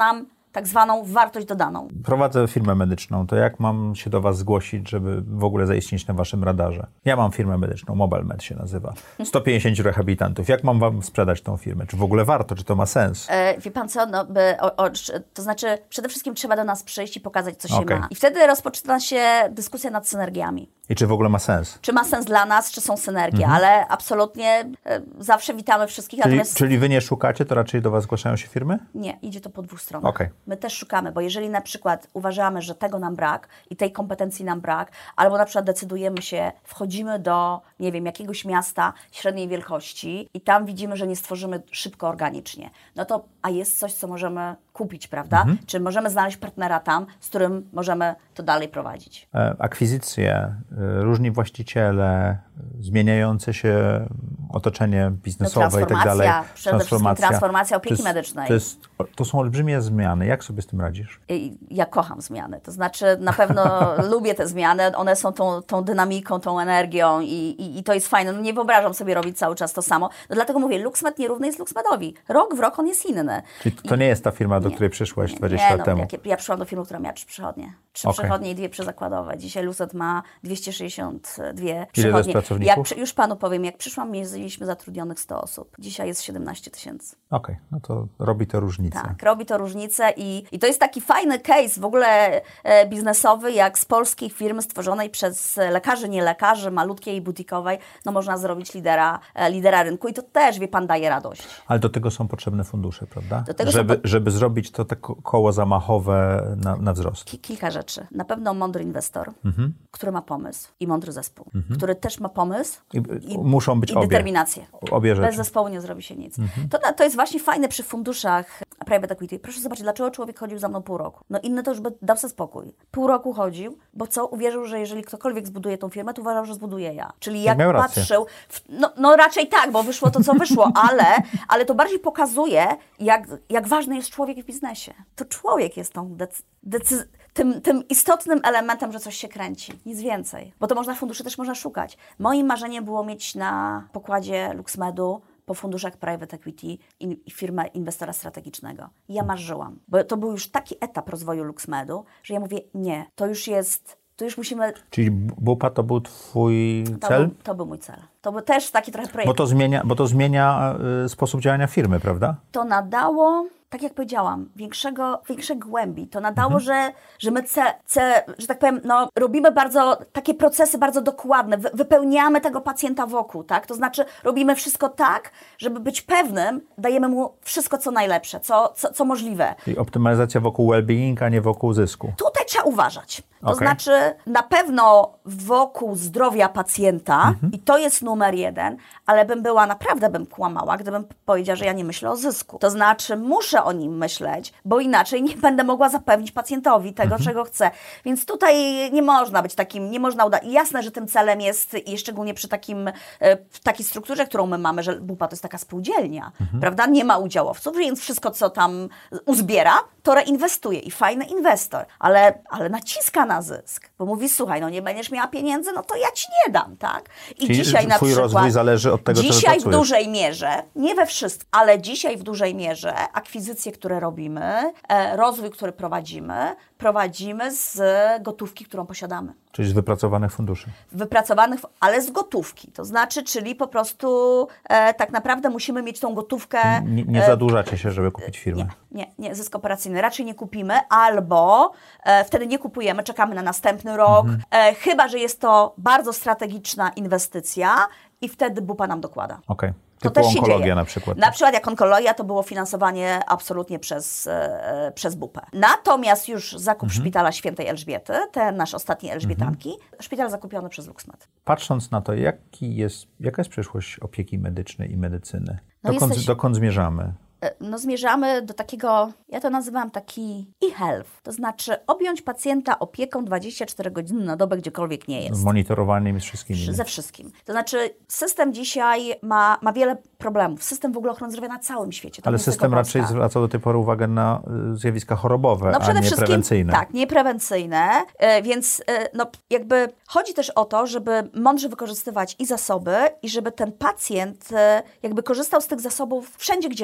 tak zwaną wartość dodaną. Prowadzę firmę medyczną, to jak mam się do Was zgłosić, żeby w ogóle zaistnieć na Waszym radarze? Ja mam firmę medyczną, MobileMed się nazywa. sto pięćdziesiąt rehabilitantów. Jak mam Wam sprzedać tą firmę? Czy w ogóle warto? Czy to ma sens? E, wie Pan co? No, by, o, o, to znaczy przede wszystkim trzeba do nas przyjść i pokazać, co się Okay. ma. I wtedy rozpoczyna się dyskusja nad synergiami. I czy w ogóle ma sens? Czy ma sens dla nas, czy są synergie, Mhm. ale absolutnie e, zawsze witamy wszystkich. Czyli, Natomiast czyli Wy nie szukacie, to raczej do Was zgłaszają się firmy? nie, idzie to po dwóch stronach. Okay. My też szukamy, bo jeżeli na przykład uważamy, że tego nam brak i tej kompetencji nam brak, albo na przykład decydujemy się, wchodzimy do, nie wiem, jakiegoś miasta średniej wielkości i tam widzimy, że nie stworzymy szybko organicznie, no to, a jest coś, co możemy kupić, prawda? Mhm. Czy możemy znaleźć partnera tam, z którym możemy to dalej prowadzić. E, akwizycje, e, różni właściciele, zmieniające się otoczenie biznesowe i tak dalej. Przede wszystkim transformacja opieki to jest, medycznej. To, jest, to są olbrzymie zmiany. Jak sobie z tym radzisz? I ja kocham zmiany, to znaczy na pewno lubię te zmiany, one są tą, tą dynamiką, tą energią i, i, i to jest fajne. No nie wyobrażam sobie robić cały czas to samo. No dlatego mówię, LuxMed nierówny jest LuxMedowi. Rok w rok on jest inny. Czyli to I, nie jest ta firma, do nie, której przyszłaś nie, dwadzieścia nie, lat no, temu? Jak, ja przyszłam do firmy, która miała trzy przychodnie. Trzy Okay. przychodnie i dwie przyzakładowe. Dzisiaj LuxMed ma dwieście sześćdziesiąt dwie Ile przychodnie. to jest pracowników? Jak, już Panu powiem, jak przyszłam, mieliśmy zatrudnionych sto osób. Dzisiaj jest siedemnaście tysięcy. Okej, okay, no to robi to różnicę. Tak, robi to różnicę i, i to jest taki fajny case w ogóle e, biznesowy, jak z polskiej firmy stworzonej przez lekarzy, nie lekarzy, malutkiej i butikowej, no można zrobić lidera, e, lidera rynku i to też, wie Pan, daje radość. Ale do tego są potrzebne fundusze, prawda? Do tego żeby, są po... żeby zrobić to tak koło zamachowe na, na wzrost. Ki- kilka rzeczy. Na pewno mądry inwestor, Mhm. który ma pomysł i mądry zespół, Mhm. który też ma pomysł I, i, muszą być i obie. determinację. Obie rzeczy. Bez zespołu nie zrobi się nic. Mhm. To, to jest właśnie fajne przy funduszach private equity. Proszę zobaczyć, dlaczego człowiek chodził za mną pół roku. No inny to już by dał sobie spokój. Pół roku chodził, bo co? Uwierzył, że jeżeli ktokolwiek zbuduje tą firmę, to uważał, że zbuduję ja. Czyli jak miał rację. patrzył... W, no, no raczej tak, bo wyszło to, co wyszło, ale, ale to bardziej pokazuje, jak, jak ważny jest człowiek w biznesie. To człowiek jest tą decy- decy- tym, tym istotnym elementem, że coś się kręci. Nic więcej. Bo to można funduszy też można szukać. Moim marzeniem było mieć na pokładzie LuxMedu po funduszach private equity i, i firmę inwestora strategicznego. I ja marzyłam, bo to był już taki etap rozwoju LuxMedu, że ja mówię, nie, to już jest, to już musimy... Czyli Bupa to był Twój To cel? był, to był mój cel. To był też taki trochę projekt. Bo to zmienia, bo to zmienia y, sposób działania firmy, prawda? To nadało, tak jak powiedziałam, większego, większej głębi. To nadało, Mhm. że, że my, ce, ce, że tak powiem, no, robimy bardzo, takie procesy bardzo dokładne. Wy, wypełniamy tego pacjenta wokół, tak? To znaczy robimy wszystko tak, żeby być pewnym, dajemy mu wszystko, co najlepsze, co, co, co możliwe. Czyli optymalizacja wokół well-being, a nie wokół zysku. Tutaj trzeba uważać. To Okay. znaczy na pewno wokół zdrowia pacjenta Mhm. i to jest numer jeden, ale bym była, naprawdę bym kłamała, gdybym powiedziała, że ja nie myślę o zysku. To znaczy muszę o nim myśleć, bo inaczej nie będę mogła zapewnić pacjentowi tego, Mhm. czego chcę. Więc tutaj nie można być takim, nie można udać. Jasne, że tym celem jest i szczególnie przy takim, e, w takiej strukturze, którą my mamy, że Bupa to jest taka spółdzielnia, Mhm. prawda? Nie ma udziałowców, więc wszystko, co tam uzbiera, to reinwestuje i fajny inwestor, ale, ale naciska na zysk, bo mówi, słuchaj, no nie będziesz miała pieniędzy, no to ja ci nie dam, tak? I Czyli dzisiaj na twój przykład, rozwój zależy od tego, co dzisiaj w wypracujesz. dużej mierze, nie we wszystkim, ale dzisiaj w dużej mierze akwizycje, które robimy, e, rozwój, który prowadzimy, prowadzimy z gotówki, którą posiadamy. Czyli z wypracowanych funduszy. Wypracowanych, ale z gotówki. To znaczy, czyli po prostu e, tak naprawdę musimy mieć tą gotówkę. Nie, nie zadłużacie się, żeby kupić firmę. Nie, nie, nie, zysk operacyjny raczej nie kupimy, albo e, wtedy nie kupujemy, czekamy na następny rok, Mhm. e, chyba że jest to bardzo strategiczna inwestycja i wtedy Bupa nam dokłada. Okej. To Typu też się onkologia dzieje. na przykład. Na przykład jak onkologia to było finansowanie absolutnie przez, e, przez Bupę. Natomiast już zakup Mhm. szpitala Świętej Elżbiety, ten nasz ostatni Elżbietanki, szpital zakupiony przez LuxMed. Patrząc na to, jaki jest, jaka jest przyszłość opieki medycznej i medycyny? No Dokąd, jesteś- dokąd zmierzamy? No zmierzamy do takiego, ja to nazywam taki e-health, to znaczy objąć pacjenta opieką dwadzieścia cztery godziny na dobę, gdziekolwiek nie jest. Z monitorowaniem i z wszystkimi. Ze wszystkim. To znaczy system dzisiaj ma, ma wiele problemów. System w ogóle ochrony zdrowia na całym świecie. To Ale nie jest system tylko raczej Polska. zwracał do tej pory uwagę na y, zjawiska chorobowe, No a przede nie wszystkim, prewencyjne. tak, nieprewencyjne, e, więc e, no, jakby chodzi też o to, żeby mądrze wykorzystywać i zasoby, i żeby ten pacjent e, jakby korzystał z tych zasobów wszędzie, gdzie jest.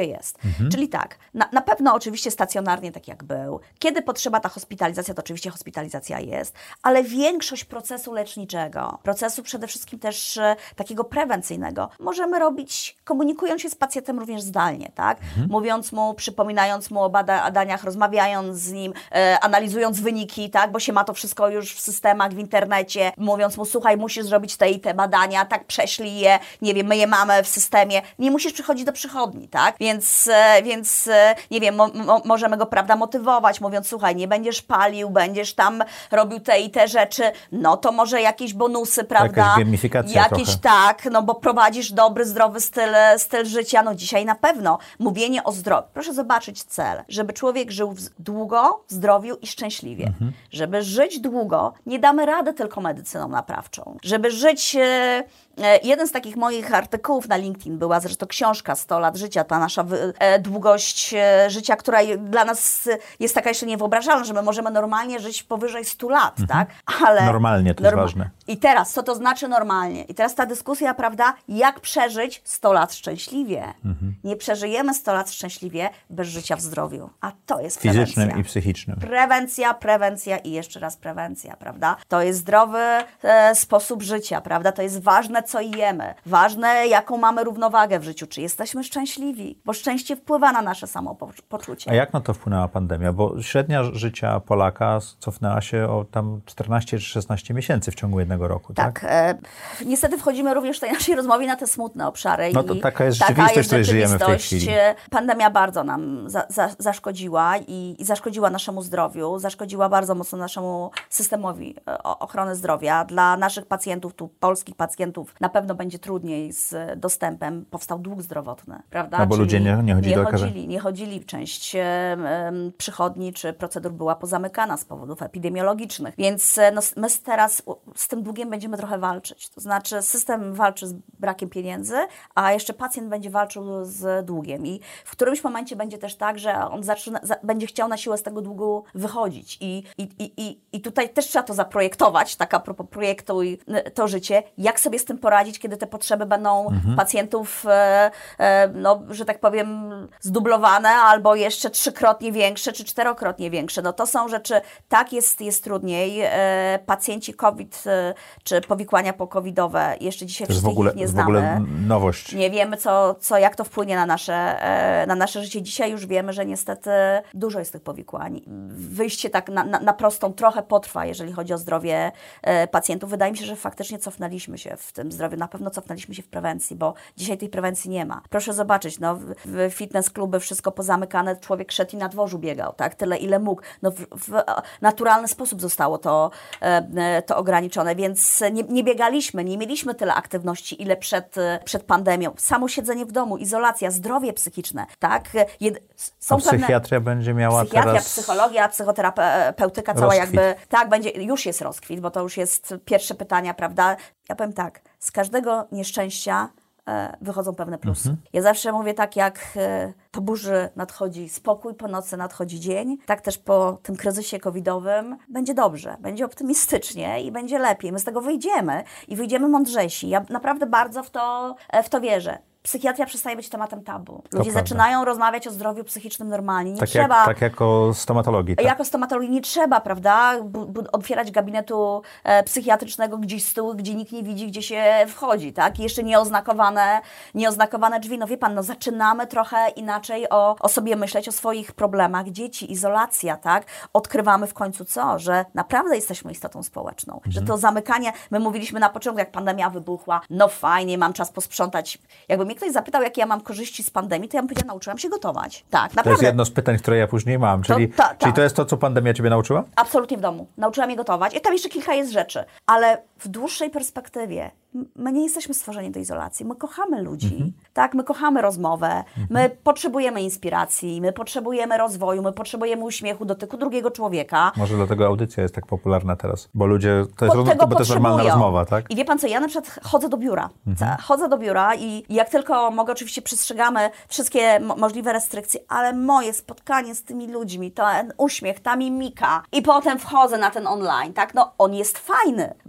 Mhm. Czyli tak, na, na pewno oczywiście stacjonarnie tak jak był. Kiedy potrzeba ta hospitalizacja, to oczywiście hospitalizacja jest, ale większość procesu leczniczego, procesu przede wszystkim też e, takiego prewencyjnego, możemy robić komunikując się z pacjentem również zdalnie, tak? Mhm. Mówiąc mu, przypominając mu o badaniach, rozmawiając z nim, e, analizując wyniki, tak? Bo się ma to wszystko już w systemach, w internecie, mówiąc mu, słuchaj, musisz zrobić te i te badania, tak, prześlij je, nie wiem, my je mamy w systemie, nie musisz przychodzić do przychodni, tak? Więc, e, więc e, nie wiem, mo, mo, możemy go, prawda, motywować, mówiąc, słuchaj, nie będziesz palił, będziesz tam robił te i te rzeczy, no to może jakieś bonusy, prawda? Jakaś gamifikacja Jakieś trochę. tak, no bo prowadzisz dobry, zdrowy styl, styl życia, no dzisiaj na pewno. Mówienie o zdrowiu. Proszę zobaczyć cel, żeby człowiek żył w, długo, w zdrowiu i szczęśliwie. Mhm. Żeby żyć długo, nie damy rady tylko medycyną naprawczą. Żeby żyć... E, Jeden z takich moich artykułów na LinkedIn była zresztą książka sto lat życia, ta nasza e, długość e, życia, która dla nas jest taka jeszcze niewyobrażalna, że my możemy normalnie żyć powyżej stu lat, mhm. tak? Ale normalnie, to norma- jest ważne. I teraz, co to znaczy normalnie? I teraz ta dyskusja, prawda, jak przeżyć sto lat szczęśliwie. Mhm. Nie przeżyjemy sto lat szczęśliwie bez życia w zdrowiu. A to jest prewencja. Fizycznym i psychicznym. Prewencja, prewencja i jeszcze raz prewencja, prawda? To jest zdrowy e, sposób życia, prawda? To jest ważne, co jemy. Ważne, jaką mamy równowagę w życiu. Czy jesteśmy szczęśliwi? Bo szczęście wpływa na nasze samopoczucie. A jak na to wpłynęła pandemia? Bo średnia życia Polaka cofnęła się o tam czternaście czy szesnaście miesięcy w ciągu jednego roku, tak? Tak. E, niestety wchodzimy również w tej naszej rozmowie na te smutne obszary. No to taka jest rzeczywistość, w której żyjemy w tej chwili. Pandemia bardzo nam za, za, zaszkodziła i, i zaszkodziła naszemu zdrowiu, zaszkodziła bardzo mocno naszemu systemowi ochrony zdrowia. Dla naszych pacjentów, tu polskich pacjentów, na pewno będzie trudniej z dostępem. Powstał dług zdrowotny, prawda? No bo Czyli ludzie nie, nie chodzili nie do lekarza. Chodzili, nie chodzili. Część um, przychodni czy procedur była pozamykana z powodów epidemiologicznych. Więc no, my teraz z tym długiem będziemy trochę walczyć. To znaczy system walczy z brakiem pieniędzy, a jeszcze pacjent będzie walczył z długiem. I w którymś momencie będzie też tak, że on zaczyna, za, będzie chciał na siłę z tego długu wychodzić. I, i, i, i tutaj też trzeba to zaprojektować, tak a propos projektu i to życie, jak sobie z tym poradzić, kiedy te potrzeby będą mhm. pacjentów, e, e, no, że tak powiem, zdublowane albo jeszcze trzykrotnie większe, czy czterokrotnie większe. No to są rzeczy, tak jest, jest trudniej. E, pacjenci COVID, e, czy powikłania pokowidowe, jeszcze dzisiaj wszystkich ogóle, ich nie znamy. W ogóle nowość. Nie wiemy, co, co, jak to wpłynie na nasze, e, na nasze życie. Dzisiaj już wiemy, że niestety dużo jest tych powikłań. Wyjście tak na, na, na prostą trochę potrwa, jeżeli chodzi o zdrowie e, pacjentów. Wydaje mi się, że faktycznie cofnęliśmy się w tym zdrowiu. Na pewno cofnęliśmy się w prewencji, bo dzisiaj tej prewencji nie ma. Proszę zobaczyć, no, w, w fitness kluby wszystko pozamykane, człowiek szedł i na dworzu biegał, tak? Tyle, ile mógł. No, w, w naturalny sposób zostało to, e, to ograniczone, więc nie, nie biegaliśmy, nie mieliśmy tyle aktywności, ile przed, przed pandemią. Samo siedzenie w domu, izolacja, zdrowie psychiczne, tak? Jed, są A psychiatria pewne, będzie miała psychiatria, teraz... psychologia, psychoterapeutyka, cała rozkwit. jakby... Tak, będzie, już jest rozkwit, bo to już jest pierwsze pytania, prawda? Ja powiem tak, z każdego nieszczęścia e, wychodzą pewne plusy. Mhm. Ja zawsze mówię tak, jak e, po burzy nadchodzi spokój, po nocy nadchodzi dzień, tak też po tym kryzysie covidowym będzie dobrze, będzie optymistycznie i będzie lepiej. My z tego wyjdziemy i wyjdziemy mądrzejsi. Ja naprawdę bardzo w to, e, w to wierzę. Psychiatria przestaje być tematem tabu. Ludzie zaczynają rozmawiać o zdrowiu psychicznym normalnie. Nie tak, trzeba, jak, tak jako stomatologii. Tak? Jako stomatologii nie trzeba, prawda, bu, bu, otwierać gabinetu e, psychiatrycznego gdzieś z tyłu, gdzie nikt nie widzi, gdzie się wchodzi, tak? I jeszcze nieoznakowane, nieoznakowane drzwi. No wie pan, no zaczynamy trochę inaczej o, o sobie myśleć, o swoich problemach. Dzieci, izolacja, tak? Odkrywamy w końcu co? Że naprawdę jesteśmy istotą społeczną. Mhm. Że to zamykanie, my mówiliśmy na początku, jak pandemia wybuchła, no fajnie, mam czas posprzątać. Jakby mnie ktoś zapytał, jakie ja mam korzyści z pandemii, to ja bym powiedziała, nauczyłam się gotować. Tak, naprawdę. To jest jedno z pytań, które ja później mam. Czyli to, ta, ta. czyli to jest to, co pandemia ciebie nauczyła? Absolutnie w domu. Nauczyłam je gotować. I tam jeszcze kilka jest rzeczy. Ale w dłuższej perspektywie my nie jesteśmy stworzeni do izolacji. My kochamy ludzi. Mhm. Tak, my kochamy rozmowę. Mhm. My potrzebujemy inspiracji. My potrzebujemy rozwoju. My potrzebujemy uśmiechu, dotyku drugiego człowieka. Może dlatego audycja jest tak popularna teraz. Bo ludzie, to jest, roz, bo to jest normalna rozmowa, tak? I wie pan co, ja na przykład chodzę do biura. Mhm. Chodzę do biura i jak tylko mogę, oczywiście przestrzegamy wszystkie mo- możliwe restrykcje, ale moje spotkanie z tymi ludźmi, ten uśmiech, ta mimika i potem wchodzę na ten online, tak? No on jest fajny, bo ja dzisiaj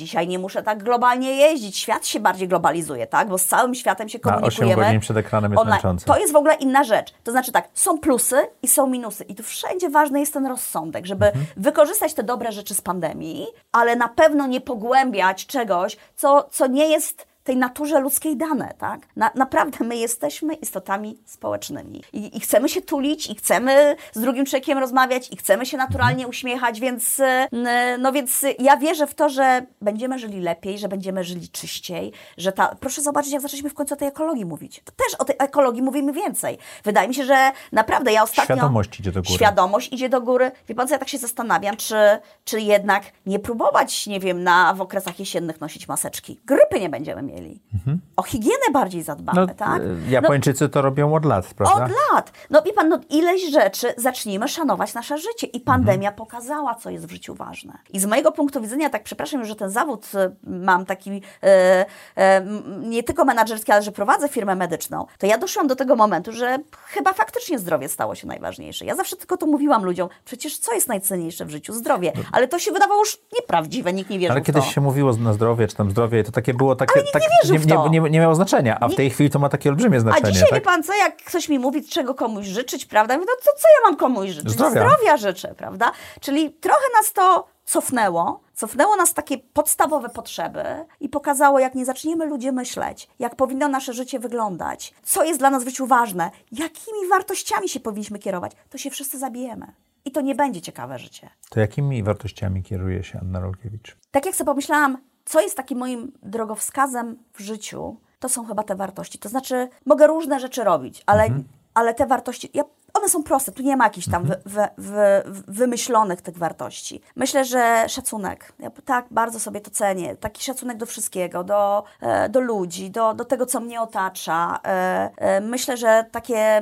dzisiaj nie muszę tak globalnie jeździć. Świat się bardziej globalizuje, tak? Bo z całym światem się komunikujemy. A osiem godzin przed ekranem jest online. męczące. To jest w ogóle inna rzecz. To znaczy tak, są plusy i są minusy. I tu wszędzie ważny jest ten rozsądek, żeby mhm. wykorzystać te dobre rzeczy z pandemii, ale na pewno nie pogłębiać czegoś, co, co nie jest tej naturze ludzkiej dane, tak? Na, naprawdę my jesteśmy istotami społecznymi I, i chcemy się tulić, i chcemy z drugim człowiekiem rozmawiać, i chcemy się naturalnie uśmiechać, więc no więc ja wierzę w to, że będziemy żyli lepiej, że będziemy żyli czyściej, że ta... Proszę zobaczyć, jak zaczęliśmy w końcu o tej ekologii mówić. To też o tej ekologii mówimy więcej. Wydaje mi się, że naprawdę ja ostatnio... Świadomość idzie do góry. Świadomość idzie do góry. Wie pan co, ja tak się zastanawiam, czy, czy jednak nie próbować, nie wiem, na, w okresach jesiennych nosić maseczki. Grypy nie będziemy mieli. Mhm. O higienę bardziej zadbamy, no, tak? Japończycy no, to robią od lat, prawda? Od lat. No wie pan, no ileś rzeczy, zacznijmy szanować nasze życie i pandemia mhm. pokazała, co jest w życiu ważne. I z mojego punktu widzenia, tak przepraszam, że ten zawód mam taki e, e, nie tylko menadżerski, ale że prowadzę firmę medyczną, to ja doszłam do tego momentu, że chyba faktycznie zdrowie stało się najważniejsze. Ja zawsze tylko to mówiłam ludziom, przecież co jest najcenniejsze w życiu? Zdrowie. No. Ale to się wydawało już nieprawdziwe, nikt nie wierzył Ale w to. kiedyś się mówiło na zdrowie, czy tam zdrowie, i to takie było takie... Ale nikt tak, nie wierzył w to. Nie, nie, nie miało znaczenia, a w tej chwili to ma takie olbrzymie znaczenie. A dzisiaj, tak? wie pan co, jak ktoś mi mówi, czego komuś życzyć, prawda? Mówię, no to co ja mam komuś życzyć? Zdrowia. Zdrowia życzę, prawda? Czyli trochę nas to cofnęło, cofnęło nas takie podstawowe potrzeby i pokazało, jak nie zaczniemy ludzie myśleć, jak powinno nasze życie wyglądać, co jest dla nas w życiu ważne, jakimi wartościami się powinniśmy kierować, to się wszyscy zabijemy. I to nie będzie ciekawe życie. To jakimi wartościami kieruje się Anna Rulkiewicz? Tak jak sobie pomyślałam, co jest takim moim drogowskazem w życiu, to są chyba te wartości. To znaczy, mogę różne rzeczy robić, ale, mhm. ale te wartości, ja, one są proste, tu nie ma jakichś tam mhm. wy, wy, wy, wymyślonych tych wartości. Myślę, że szacunek, ja tak bardzo sobie to cenię, taki szacunek do wszystkiego, do, do ludzi, do, do tego, co mnie otacza. Myślę, że takie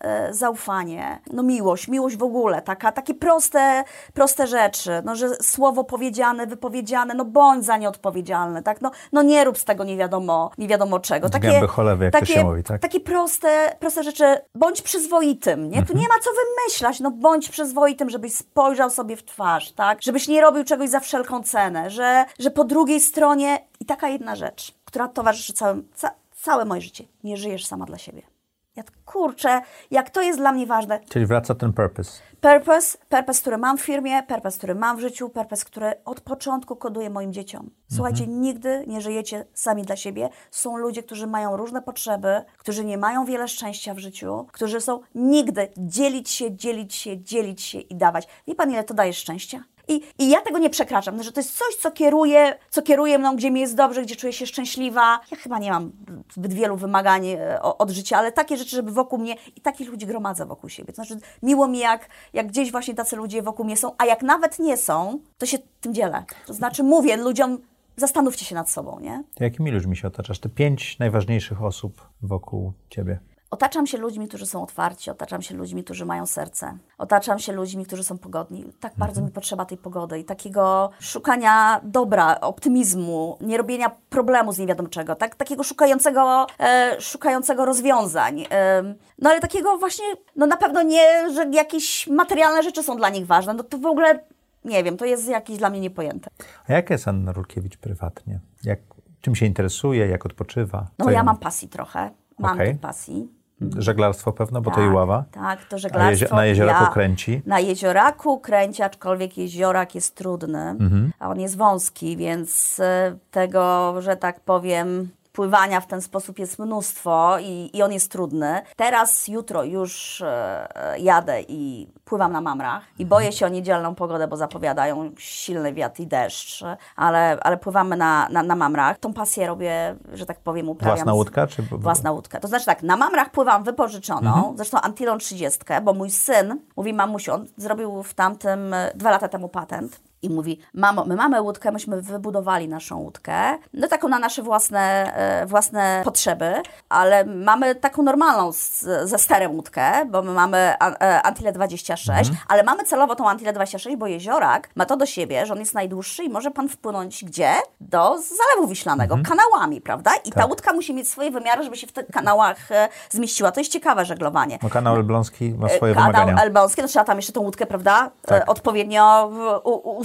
zaufanie, no miłość, miłość w ogóle, taka, takie proste, proste rzeczy, no, że słowo powiedziane, wypowiedziane, no bądź za nie odpowiedzialny, tak, no, no nie rób z tego nie wiadomo, nie wiadomo czego. Takie, gęby cholewy, jak takie, to się mówi, tak? Takie proste, proste rzeczy, bądź przyzwoitym, nie? Tu nie ma co wymyślać, no bądź przyzwoitym, żebyś spojrzał sobie w twarz, tak, żebyś nie robił czegoś za wszelką cenę, że, że po drugiej stronie i taka jedna rzecz, która towarzyszy całym, ca, całe moje życie, nie żyjesz sama dla siebie. Ja, kurczę, jak to jest dla mnie ważne. Czyli wraca ten purpose. Purpose, purpose, który mam w firmie, purpose, który mam w życiu, purpose, który od początku koduję moim dzieciom. Słuchajcie, mhm. nigdy nie żyjecie sami dla siebie. Są ludzie, którzy mają różne potrzeby, którzy nie mają wiele szczęścia w życiu, którzy są nigdy dzielić się, dzielić się, dzielić się i dawać. Wie pan, ile to daje szczęścia? I, I ja tego nie przekraczam, że to jest coś, co kieruje, co kieruje mną, gdzie mi jest dobrze, gdzie czuję się szczęśliwa. Ja chyba nie mam zbyt wielu wymagań od życia, ale takie rzeczy, żeby wokół mnie i takich ludzi gromadzę wokół siebie. To znaczy miło mi, jak, jak gdzieś właśnie tacy ludzie wokół mnie są, a jak nawet nie są, to się tym dzielę. To znaczy mówię ludziom, zastanówcie się nad sobą, nie? To jakimi ludźmi się otaczasz? Te pięć najważniejszych osób wokół ciebie. Otaczam się ludźmi, którzy są otwarci, otaczam się ludźmi, którzy mają serce. Otaczam się ludźmi, którzy są pogodni. Tak mhm. bardzo mi potrzeba tej pogody i takiego szukania dobra, optymizmu, nie robienia problemu z nie wiadomo czego, tak? Takiego szukającego, e, szukającego rozwiązań. E, no ale takiego właśnie, no na pewno nie, że jakieś materialne rzeczy są dla nich ważne. No to w ogóle, nie wiem, to jest jakieś dla mnie niepojęte. A jaka jest Anna Rulkiewicz prywatnie? Jak, czym się interesuje, jak odpoczywa? No Co ja ją... mam pasji trochę. Mam okay. tej pasji. Żeglarstwo pewno, bo tak, to Iława. Tak, to żeglarstwo. Jezi- na Jezioraku ja, kręci. Na Jezioraku kręci, aczkolwiek jeziorak jest trudny, mhm. a on jest wąski, więc tego, że tak powiem, pływania w ten sposób jest mnóstwo i, i on jest trudny. Teraz, jutro już e, jadę i pływam na mamrach i boję się o niedzielną pogodę, bo zapowiadają silny wiatr i deszcz, ale, ale pływamy na, na, na mamrach. Tą pasję robię, że tak powiem, uprawiam. Własna łódka? Czy... Własna łódka. To znaczy tak, na mamrach pływam wypożyczoną, mhm. zresztą Antilą trzydzieści, bo mój syn mówi, mamusiu, on zrobił w tamtym dwa lata temu patent. I mówi, mamo, my mamy łódkę, myśmy wybudowali naszą łódkę, no taką na nasze własne, e, własne potrzeby, ale mamy taką normalną z, ze sterem łódkę, bo my mamy Antile dwadzieścia sześć, mhm. ale mamy celowo tą Antile dwadzieścia sześć, bo Jeziorak ma to do siebie, że on jest najdłuższy i może pan wpłynąć gdzie? Do Zalewu Wiślanego, mhm. kanałami, prawda? I tak. ta łódka musi mieć swoje wymiary, żeby się w tych kanałach e, zmieściła. To jest ciekawe żeglowanie. No kanał Elbląski ma swoje kanał wymagania. Kanał Elbląski, no trzeba tam jeszcze tą łódkę, prawda? Tak. E, odpowiednio u, u,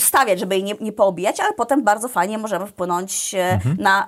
ustawiać, żeby jej nie, nie poobijać, ale potem bardzo fajnie możemy wpłynąć mhm. na,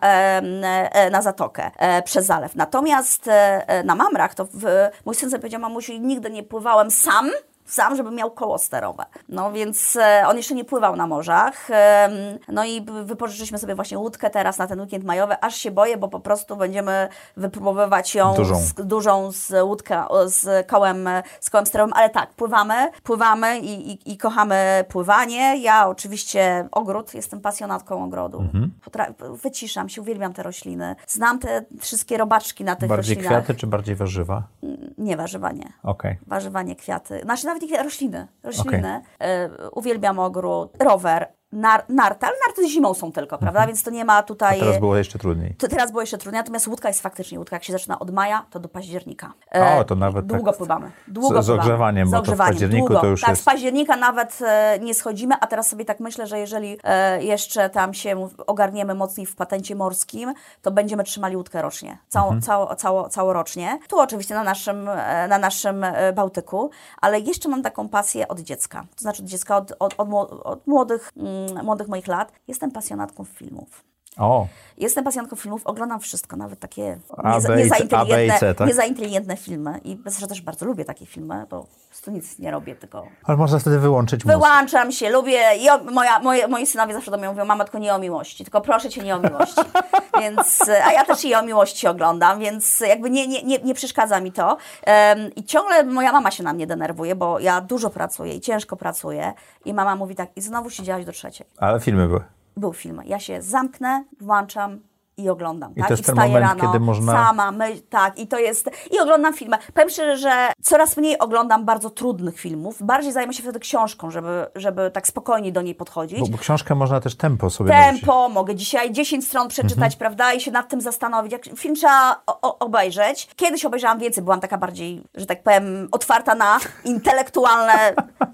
e, na zatokę e, przez zalew. Natomiast e, na Mamrach to w, mój syn sobie powiedział, mamusiu, nigdy nie pływałem sam, sam, żeby miał koło sterowe. No więc e, on jeszcze nie pływał na morzach. E, no i wypożyczyliśmy sobie właśnie łódkę teraz na ten weekend majowy. Aż się boję, bo po prostu będziemy wypróbowywać ją dużą z, dużą z łódkę z kołem, z kołem sterowym. Ale tak, pływamy, pływamy i, i, i kochamy pływanie. Ja oczywiście ogród, jestem pasjonatką ogrodu. Mhm. Potra- wyciszam się, uwielbiam te rośliny. Znam te wszystkie robaczki na tych bardziej roślinach. Bardziej kwiaty czy bardziej warzywa? Nie, warzywa nie. Okay. Warzywa nie, kwiaty. Znaczy nawet nie rośliny. rośliny. Okay. Y, uwielbiam ogród, rower, nar, narty, ale narty zimą są tylko, prawda? Mhm. Więc to nie ma tutaj... A teraz było jeszcze trudniej. To teraz było jeszcze trudniej, natomiast łódka jest faktycznie łódka. Jak się zaczyna od maja, to do października. O, to nawet Długo tak pływamy. Długo z, z ogrzewaniem, pływamy. bo to w październiku długo. to już tak, jest... z października nawet e, nie schodzimy, a teraz sobie tak myślę, że jeżeli e, jeszcze tam się ogarniemy mocniej w patencie morskim, to będziemy trzymali łódkę rocznie. Cało, mhm. cało, cało, całorocznie. Tu oczywiście na naszym, e, na naszym e, Bałtyku, ale jeszcze mam taką pasję od dziecka. To znaczy od dziecka, od, od, od, od młodych, mm, młodych moich lat. Jestem pasjonatką filmów. O. Jestem pasjonatką filmów, oglądam wszystko, nawet takie A, B, nie za inteligentne, C, tak? nie za inteligentne filmy. I zresztą też bardzo lubię takie filmy, bo po prostu nic nie robię, tylko... Ale można wtedy wyłączyć mózg. Wyłączam się, lubię... I o, moja, moje, moi synowie zawsze do mnie mówią, mama, tylko nie o miłości, tylko proszę cię, nie o miłości. Więc, a ja też i o miłości oglądam, więc jakby nie, nie, nie, nie przeszkadza mi to. Um, I ciągle moja mama się na mnie denerwuje, bo ja dużo pracuję i ciężko pracuję. I mama mówi tak, i znowu siedziałaś do trzeciej. Ale filmy były. Był film. Ja się zamknę, włączam i oglądam. I tak? to jest I ten wstaję moment, rano, kiedy można... sama, my, tak, i to jest... I oglądam filmy. Powiem szczerze, że coraz mniej oglądam bardzo trudnych filmów. Bardziej zajmę się wtedy książką, żeby, żeby tak spokojnie do niej podchodzić. Bo, bo książkę można też tempo sobie Tempo, narzucić. mogę dzisiaj dziesięć stron przeczytać, mhm. prawda, i się nad tym zastanowić. Jak film trzeba o, o, obejrzeć. Kiedyś obejrzałam więcej, byłam taka bardziej, że tak powiem, otwarta na intelektualne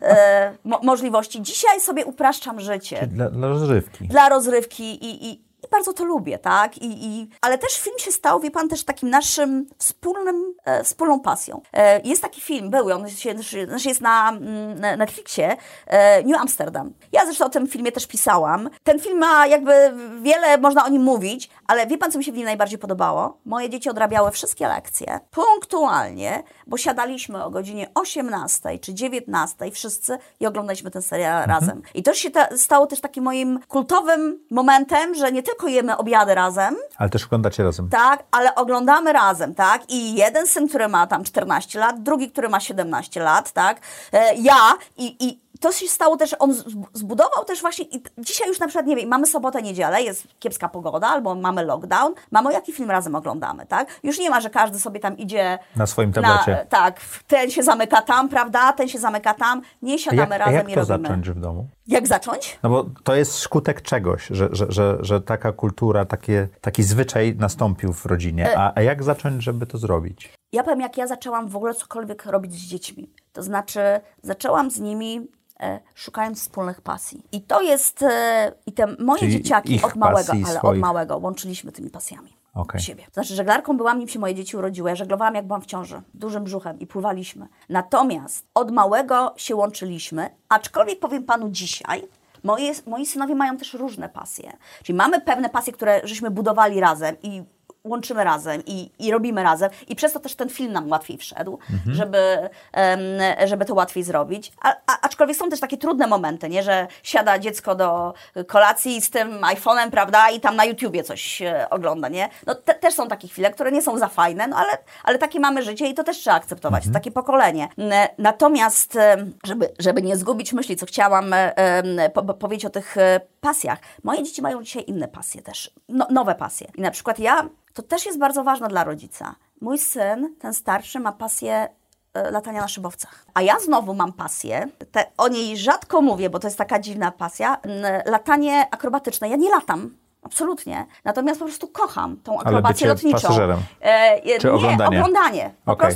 e, mo możliwości. Dzisiaj sobie upraszczam życie. Czyli dla, dla rozrywki. Dla rozrywki i, i I bardzo to lubię, tak? I, i, ale też film się stał, wie pan, też takim naszym wspólnym, e, wspólną pasją. E, jest taki film, był, on się, znaczy jest na, na Netflixie, e, New Amsterdam. Ja zresztą o tym filmie też pisałam. Ten film ma jakby wiele, można o nim mówić, ale wie pan, co mi się w nim najbardziej podobało? Moje dzieci odrabiały wszystkie lekcje punktualnie, bo siadaliśmy o godzinie osiemnastej czy dziewiętnastej wszyscy i oglądaliśmy ten serial mhm. razem. I to się ta, stało też takim moim kultowym momentem, że nie tylko jemy obiady razem. Ale też oglądacie razem. Tak, ale oglądamy razem, tak? I jeden syn, który ma tam czternaście lat, drugi, który ma siedemnaście lat, tak? E, ja i, i to się stało też, on zbudował też właśnie, i dzisiaj już na przykład, nie wiem, mamy sobotę, niedzielę, jest kiepska pogoda, albo mamy lockdown, mamo, jaki film razem oglądamy, tak? Już nie ma, że każdy sobie tam idzie... Na swoim tablecie. Na, tak, ten się zamyka tam, prawda, ten się zamyka tam, nie siadamy jak, razem jak i to robimy. zacząć w domu? Jak zacząć? No bo to jest skutek czegoś, że, że, że, że taka kultura, takie, taki zwyczaj nastąpił w rodzinie. A, a jak zacząć, żeby to zrobić? Ja powiem, jak ja zaczęłam w ogóle cokolwiek robić z dziećmi. To znaczy, zaczęłam z nimi e, szukając wspólnych pasji. I to jest, e, i te moje Czyli dzieciaki ich od małego, ale swoich... od małego łączyliśmy tymi pasjami. Okay. Siebie. To znaczy, żeglarką byłam, nim się moje dzieci urodziły. Ja żeglowałam, jak byłam w ciąży, dużym brzuchem i pływaliśmy. Natomiast od małego się łączyliśmy, aczkolwiek powiem panu dzisiaj, Moje, moi synowie mają też różne pasje. Czyli mamy pewne pasje, które żeśmy budowali razem i łączymy razem i, i robimy razem i przez to też ten film nam łatwiej wszedł, mhm. żeby, um, żeby to łatwiej zrobić. A, a, aczkolwiek są też takie trudne momenty, nie? Że siada dziecko do kolacji z tym iPhone'em, prawda, i tam na YouTubie coś e, ogląda, nie? No te, też są takie chwile, które nie są za fajne, no ale, ale takie mamy życie i to też trzeba akceptować, mhm. takie pokolenie. Natomiast, żeby, żeby nie zgubić myśli, co chciałam e, po, powiedzieć o tych pasjach, moje dzieci mają dzisiaj inne pasje też, no, nowe pasje. I na przykład ja to też jest bardzo ważne dla rodzica. Mój syn, ten starszy, ma pasję y, latania na szybowcach. A ja znowu mam pasję, te, o niej rzadko mówię, bo to jest taka dziwna pasja, y, latanie akrobatyczne. Ja nie latam. Absolutnie. Natomiast po prostu kocham tą akrobację lotniczą. Ale bycie pasażerem? E, Czy nie, oglądanie? oglądanie. Po okay. prostu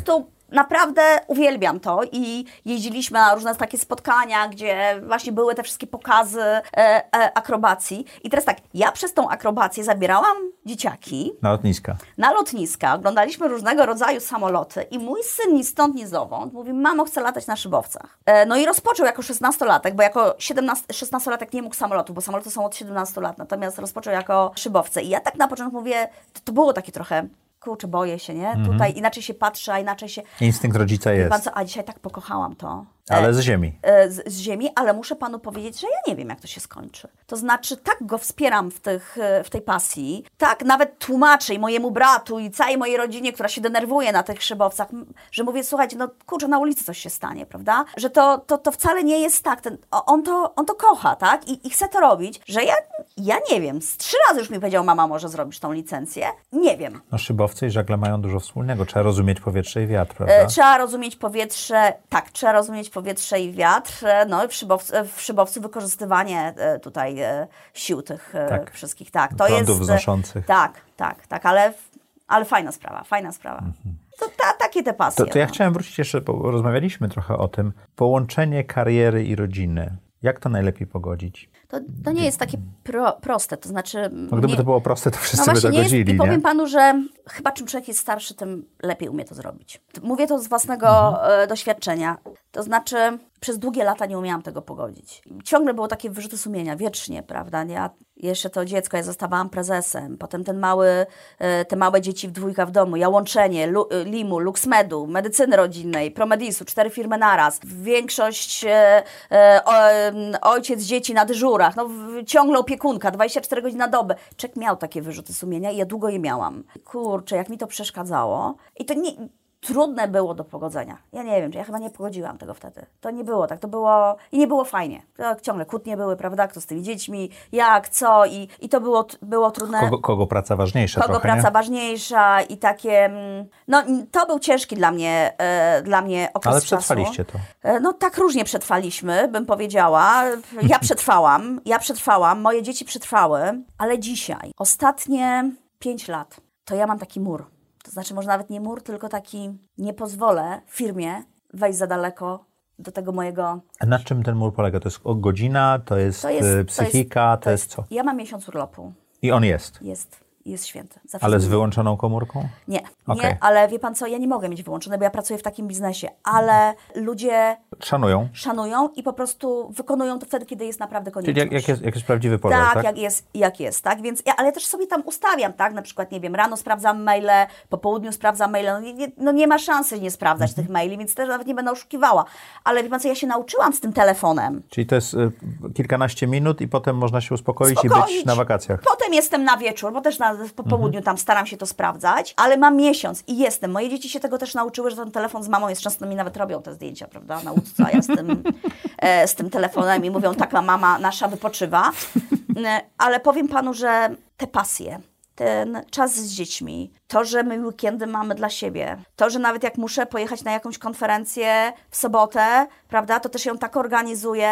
naprawdę uwielbiam to i jeździliśmy na różne takie spotkania, gdzie właśnie były te wszystkie pokazy e, e, akrobacji. I teraz tak, ja przez tą akrobację zabierałam dzieciaki Na lotniska. na lotniska, oglądaliśmy różnego rodzaju samoloty i mój syn ni stąd, ni zowąd mówi, mamo, chcę latać na szybowcach. E, no i rozpoczął jako szesnastolatek, bo jako szesnastolatek nie mógł samolotu, bo samoloty są od siedemnastu lat, natomiast rozpoczął jako szybowce. I ja tak na początku mówię, to, to było takie trochę, kurczę, boję się, nie? Mhm. Tutaj inaczej się patrzy, a inaczej się... Instynkt rodzica jest. Pan co, a dzisiaj tak pokochałam to. Ale z ziemi. Z, z ziemi, ale muszę panu powiedzieć, że ja nie wiem, jak to się skończy. To znaczy, tak go wspieram w, tych, w tej pasji, tak nawet tłumaczę i mojemu bratu i całej mojej rodzinie, która się denerwuje na tych szybowcach, że mówię, słuchajcie, no kurczę, na ulicy coś się stanie, prawda? Że to, to, to wcale nie jest tak. Ten, on, to, on to kocha, tak? I, i chce to robić, że ja, ja nie wiem. Z trzy razy już mi powiedział, mama, może zrobisz tą licencję. Nie wiem. No szybowce i żagle mają dużo wspólnego. Trzeba rozumieć powietrze i wiatr, prawda? E, trzeba rozumieć powietrze, tak, trzeba rozumieć powietrze i wiatr, no i w szybowcu, w szybowcu wykorzystywanie tutaj sił tych tak. wszystkich, tak. To prądów jest, wznoszących. Tak, tak, tak, ale, ale fajna sprawa, fajna sprawa. Mhm. To ta, takie te pasje. To, to ja no. chciałem wrócić jeszcze, bo rozmawialiśmy trochę o tym, połączenie kariery i rodziny. Jak to najlepiej pogodzić? To, to nie jest takie pro, proste, to znaczy... No gdyby nie, to było proste, to wszyscy no by to nie godzili, jest, nie? I powiem panu, że chyba czym człowiek jest starszy, tym lepiej umie to zrobić. Mówię to z własnego mhm. e, doświadczenia. To znaczy, przez długie lata nie umiałam tego pogodzić. Ciągle było takie wyrzuty sumienia, wiecznie, prawda? Ja jeszcze to dziecko, ja zostawałam prezesem, potem ten mały, e, te małe dzieci w dwójka w domu, ja łączenie, Lu, Limu, Luxmedu, medycyny rodzinnej, Promedisu, cztery firmy naraz, większość e, e, o, ojciec dzieci na dyżurach, no w, ciągle opiekunka, dwadzieścia cztery godziny na dobę. Czek miał takie wyrzuty sumienia i ja długo je miałam. Kurczę, jak mi to przeszkadzało. I to nie... Trudne było do pogodzenia. Ja nie wiem, ja chyba nie pogodziłam tego wtedy. To nie było tak, to było... I nie było fajnie. To ciągle kłótnie były, prawda, kto z tymi dziećmi, jak, co i, i to było, było trudne. Kogo, kogo praca ważniejsza Kogo trochę, praca nie? ważniejsza i takie... No to był ciężki dla mnie, e, dla mnie okres Ale czasu. przetrwaliście to. E, no tak różnie przetrwaliśmy, bym powiedziała. Ja przetrwałam, ja przetrwałam, moje dzieci przetrwały, ale dzisiaj, ostatnie pięć lat, to ja mam taki mur. To znaczy może nawet nie mur, tylko taki nie pozwolę firmie wejść za daleko do tego mojego... A na czym ten mur polega? To jest godzina, to jest, to jest psychika, to jest, to jest co? Ja mam miesiąc urlopu. I on jest? Jest. Jest święty. Zawsze ale z wyłączoną komórką? Nie, okay. nie, ale wie pan co, ja nie mogę mieć wyłączone, bo ja pracuję w takim biznesie, ale ludzie szanują szanują i po prostu wykonują to wtedy, kiedy jest naprawdę konieczność. Czyli jak, jak, jest, jak jest prawdziwy pożar, tak? tak, jak jest, jak jest, tak, więc ja, ale też sobie tam ustawiam, tak, na przykład, nie wiem, rano sprawdzam maile, po południu sprawdzam maile, no nie, no nie ma szansy nie sprawdzać mhm. tych maili, więc też nawet nie będę oszukiwała, ale wie pan co, ja się nauczyłam z tym telefonem. Czyli to jest y, kilkanaście minut i potem można się uspokoić, uspokoić i być na wakacjach. Potem jestem na wieczór, bo też na, po południu mhm. tam staram się to sprawdzać, ale mam miesiąc i jestem. Moje dzieci się tego też nauczyły, że ten telefon z mamą jest często, mi nawet robią te zdjęcia, prawda, na łódce, a ja z tym, e, z tym telefonem i mówią, taka mama nasza wypoczywa. E, ale powiem panu, że te pasje, ten czas z dziećmi, to, że my weekendy mamy dla siebie, to, że nawet jak muszę pojechać na jakąś konferencję w sobotę, prawda, to też ją tak organizuję,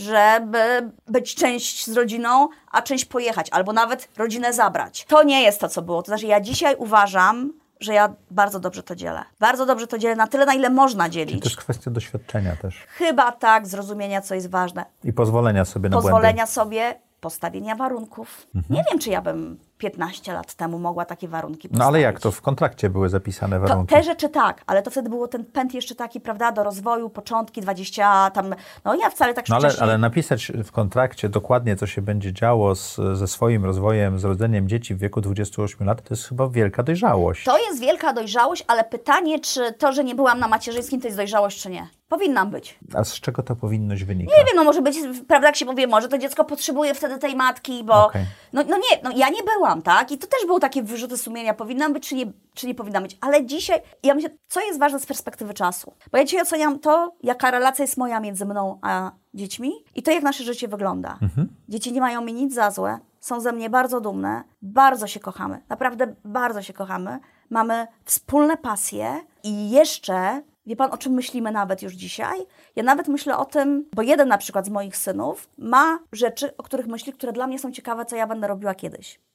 żeby być część z rodziną, a część pojechać, albo nawet rodzinę zabrać. To nie jest to, co było. To znaczy ja dzisiaj uważam, że ja bardzo dobrze to dzielę. Bardzo dobrze to dzielę, na tyle, na ile można dzielić. Czyli to jest kwestia doświadczenia też. Chyba tak, zrozumienia, co jest ważne. I pozwolenia sobie na błędy. Pozwolenia sobie, postawienia warunków. Mhm. Nie wiem, czy ja bym piętnaście lat temu mogła takie warunki postawić. No ale jak to? W kontrakcie były zapisane warunki? To, te rzeczy tak, ale to wtedy było ten pęd jeszcze taki, prawda, do rozwoju, początki, dwadzieścia tam, no ja wcale tak no ale, wcześniej... ale napisać w kontrakcie dokładnie, co się będzie działo z, ze swoim rozwojem, z rodzeniem dzieci w wieku dwudziestu ośmiu lat, to jest chyba wielka dojrzałość. To jest wielka dojrzałość, ale pytanie, czy to, że nie byłam na macierzyńskim, to jest dojrzałość, czy nie? Powinnam być. A z czego ta powinność wynika? Nie wiem, no może być, prawda, jak się powie, może to dziecko potrzebuje wtedy tej matki, bo... Okay. No, no nie, no ja nie byłam, tak? I to też było takie wyrzuty sumienia, powinnam być, czy nie, czy nie powinnam być. Ale dzisiaj, ja myślę, co jest ważne z perspektywy czasu. Bo ja dzisiaj oceniam to, jaka relacja jest moja między mną a dziećmi i to, jak nasze życie wygląda. Mhm. Dzieci nie mają mi nic za złe, są ze mnie bardzo dumne, bardzo się kochamy, naprawdę bardzo się kochamy. Mamy wspólne pasje i jeszcze... Wie pan, o czym myślimy nawet już dzisiaj? Ja nawet myślę o tym, bo jeden na przykład z moich synów ma rzeczy, o których myśli, które dla mnie są ciekawe, co ja będę robiła kiedyś.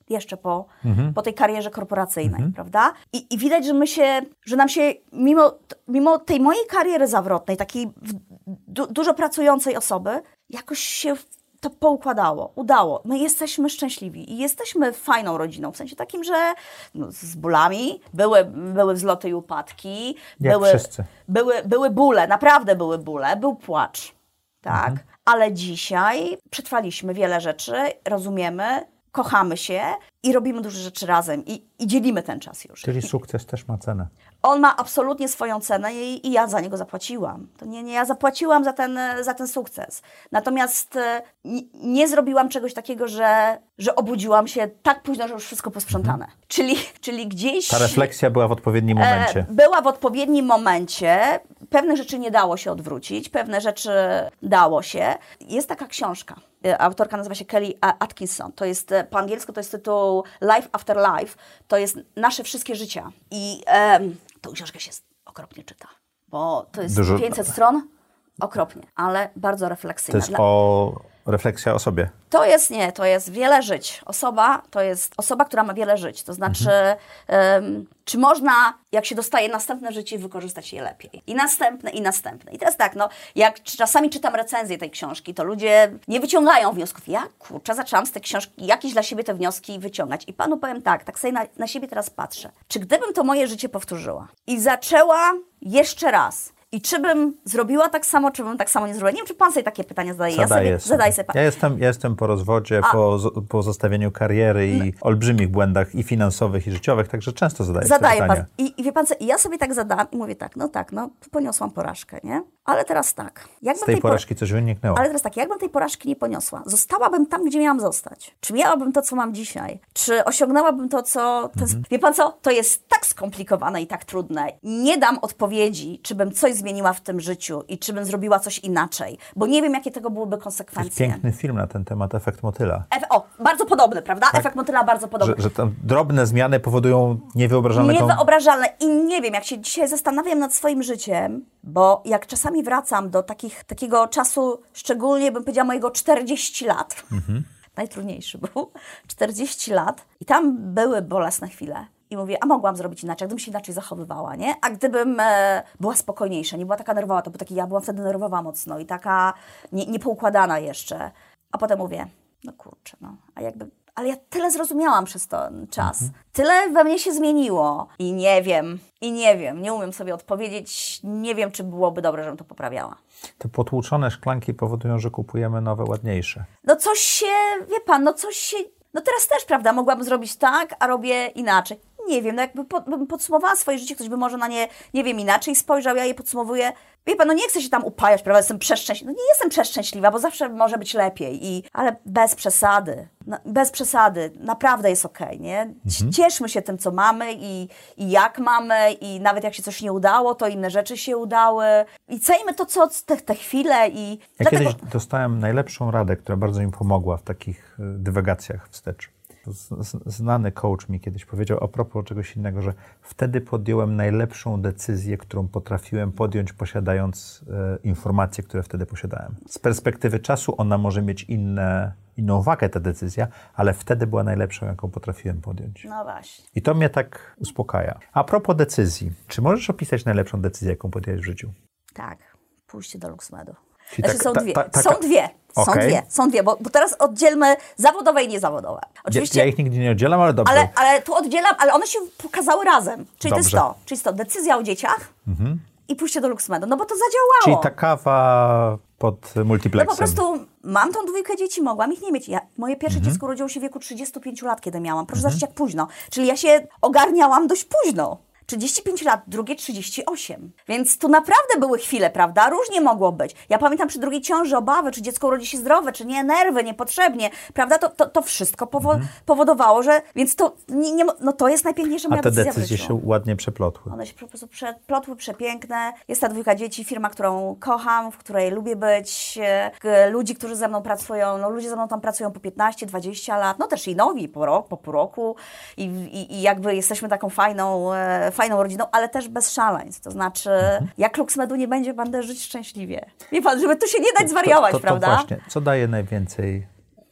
jeszcze po, mhm. po tej karierze korporacyjnej, mhm. prawda? I, I widać, że my się, że nam się mimo, mimo tej mojej kariery zawrotnej, takiej du, dużo pracującej osoby, jakoś się to poukładało, udało. My jesteśmy szczęśliwi i jesteśmy fajną rodziną, w sensie takim, że no, z bólami, były, były wzloty i upadki, Jak były, wszyscy. były, były bóle, naprawdę były bóle, był płacz, tak? Mhm. Ale dzisiaj przetrwaliśmy wiele rzeczy, rozumiemy, kochamy się i robimy duże rzeczy razem i, i dzielimy ten czas już. Czyli I, sukces też ma cenę. on ma absolutnie swoją cenę i, i ja za niego zapłaciłam. To nie, nie ja zapłaciłam za ten, za ten sukces. Natomiast nie, nie zrobiłam czegoś takiego, że, że obudziłam się tak późno, że już wszystko posprzątane. Mhm. Czyli, czyli gdzieś... Ta refleksja była w odpowiednim momencie. E, była w odpowiednim momencie. Pewnych rzeczy nie dało się odwrócić, pewne rzeczy dało się. Jest taka książka. Autorka nazywa się Kelly Atkinson. To jest, po angielsku to jest tytuł Life After Life. To jest Nasze wszystkie życia. I um, tą książkę się okropnie czyta, bo to jest Dużo... pięćset stron. Okropnie, ale bardzo refleksyjna. To jest o refleksja o sobie. To jest, nie, to jest wiele żyć. Osoba to jest osoba, która ma wiele żyć. To znaczy, mhm. um, czy można, jak się dostaje następne życie, wykorzystać je lepiej. I następne, i następne. I teraz tak, no, jak czasami czytam recenzję tej książki, to ludzie nie wyciągają wniosków. Ja, kurczę, zaczęłam z tej książki jakieś dla siebie te wnioski wyciągać. I panu powiem tak, tak sobie na, na siebie teraz patrzę. Czy gdybym to moje życie powtórzyła i zaczęła jeszcze raz, i czy bym zrobiła tak samo, czy bym tak samo nie zrobiła? Nie wiem, czy pan sobie takie pytania zadaje. Ja sobie, zadaj sobie pan. Ja jestem, ja jestem po rozwodzie, A, po, po zostawieniu kariery i no. olbrzymich błędach i finansowych, i życiowych, także często zadaję Zadaję sobie pytania. Pan. I, I wie pan co, ja sobie tak zadałam i mówię tak, no tak, no poniosłam porażkę, nie? Ale teraz tak. Z tej, tej porażki coś wyniknęło. Ale teraz tak, jakbym tej porażki nie poniosła, zostałabym tam, gdzie miałam zostać. Czy miałabym to, co mam dzisiaj? Czy osiągnęłabym to, co... Ten... Mhm. Wie pan co, to jest tak skomplikowane i tak trudne. Nie dam odpowiedzi, czy bym coś zmieniła w tym życiu i czy bym zrobiła coś inaczej, bo nie wiem, jakie tego byłyby konsekwencje. To jest piękny film na ten temat, Efekt Motyla. Ef- o, bardzo podobny, prawda? Tak? Efekt Motyla bardzo podobny. Że, że tam drobne zmiany powodują niewyobrażalne... Niewyobrażalne. I nie wiem, jak się dzisiaj zastanawiam nad swoim życiem, bo jak czasami wracam do takich, takiego czasu, szczególnie bym powiedziała mojego czterdzieści lat, mhm. najtrudniejszy był, czterdzieści lat i tam były bolesne chwile. I mówię, a mogłam zrobić inaczej, gdybym się inaczej zachowywała, nie? A gdybym e, była spokojniejsza, nie była taka nerwowa, to był taki, ja byłam wtedy nerwowa mocno i taka nie, niepoukładana jeszcze. A potem mówię, no kurczę, no, a jakby... Ale ja tyle zrozumiałam przez ten czas. Mhm. Tyle we mnie się zmieniło. I nie wiem, i nie wiem, nie umiem sobie odpowiedzieć, nie wiem, czy byłoby dobre, żebym to poprawiała. Te potłuczone szklanki powodują, że kupujemy nowe, ładniejsze. No coś się, wie pan, no coś się... No teraz też, prawda, mogłabym zrobić tak, a robię inaczej. Nie wiem, no jakby po, bym podsumowała swoje życie, ktoś by może na nie, nie wiem, inaczej spojrzał, ja je podsumowuję. Wie pan, no nie chcę się tam upajać, prawda, jestem przeszczęśliwa. No nie jestem przeszczęśliwa, bo zawsze może być lepiej, i, ale bez przesady, no, bez przesady, naprawdę jest okej, nie? Mhm. Cieszmy się tym, co mamy i, i jak mamy, i nawet jak się coś nie udało, to inne rzeczy się udały. I cenimy to, co te, te chwile i... Ja dlatego... kiedyś dostałem najlepszą radę, która bardzo mi pomogła w takich dywagacjach wstecz. Znany coach mi kiedyś powiedział a propos czegoś innego, że wtedy podjąłem najlepszą decyzję, którą potrafiłem podjąć, posiadając e, informacje, które wtedy posiadałem. Z perspektywy czasu ona może mieć inne, inną wagę, ta decyzja, ale wtedy była najlepszą, jaką potrafiłem podjąć. No właśnie. I to mnie tak uspokaja. A propos decyzji, czy możesz opisać najlepszą decyzję, jaką podjąłeś w życiu? Tak, pójście do LuxMedu. Znaczy, tak, są, ta, dwie. Ta, ta, są dwie. Są okay. dwie. Są dwie, bo, bo teraz oddzielmy zawodowe i niezawodowe. Oczywiście, ja, ja ich nigdy nie oddzielam, ale dobrze. Ale, ale tu oddzielam, ale one się pokazały razem. Czyli dobrze. to jest to. Czyli jest to decyzja o dzieciach mhm. i pójście do LuxMedu. No bo to zadziałało. Czyli ta kawa pod multiplexem. No po prostu mam tą dwójkę dzieci, mogłam ich nie mieć. Ja, moje pierwsze mhm. dziecko urodziło się w wieku trzydziestu pięciu lat, kiedy miałam. Proszę mhm. zobaczyć, jak późno. Czyli ja się ogarniałam dość późno. trzydzieści pięć lat, drugie trzydzieści osiem. Więc tu naprawdę były chwile, prawda? Różnie mogło być. Ja pamiętam przy drugiej ciąży obawy, czy dziecko urodzi się zdrowe, czy nie, nerwy, niepotrzebnie, prawda? To, to, to wszystko powo- mhm. powodowało, że... Więc to, nie, nie, no to jest najpiękniejsza moja decyzja. A te decyzje się ładnie przeplotły. One się po prostu przeplotły, przepiękne. Jest ta dwójka dzieci, firma, którą kocham, w której lubię być, ludzi, którzy ze mną pracują, no ludzie ze mną tam pracują po piętnaście dwadzieścia lat, no też i nowi, po, rok, po pół roku i, i, i jakby jesteśmy taką fajną... fajną rodziną, ale też bez szaleństw. To znaczy, mhm. jak LuxMedu nie będzie, będę żyć szczęśliwie. Wie pan, żeby tu się nie dać zwariować, to, to, to prawda? To właśnie, co daje najwięcej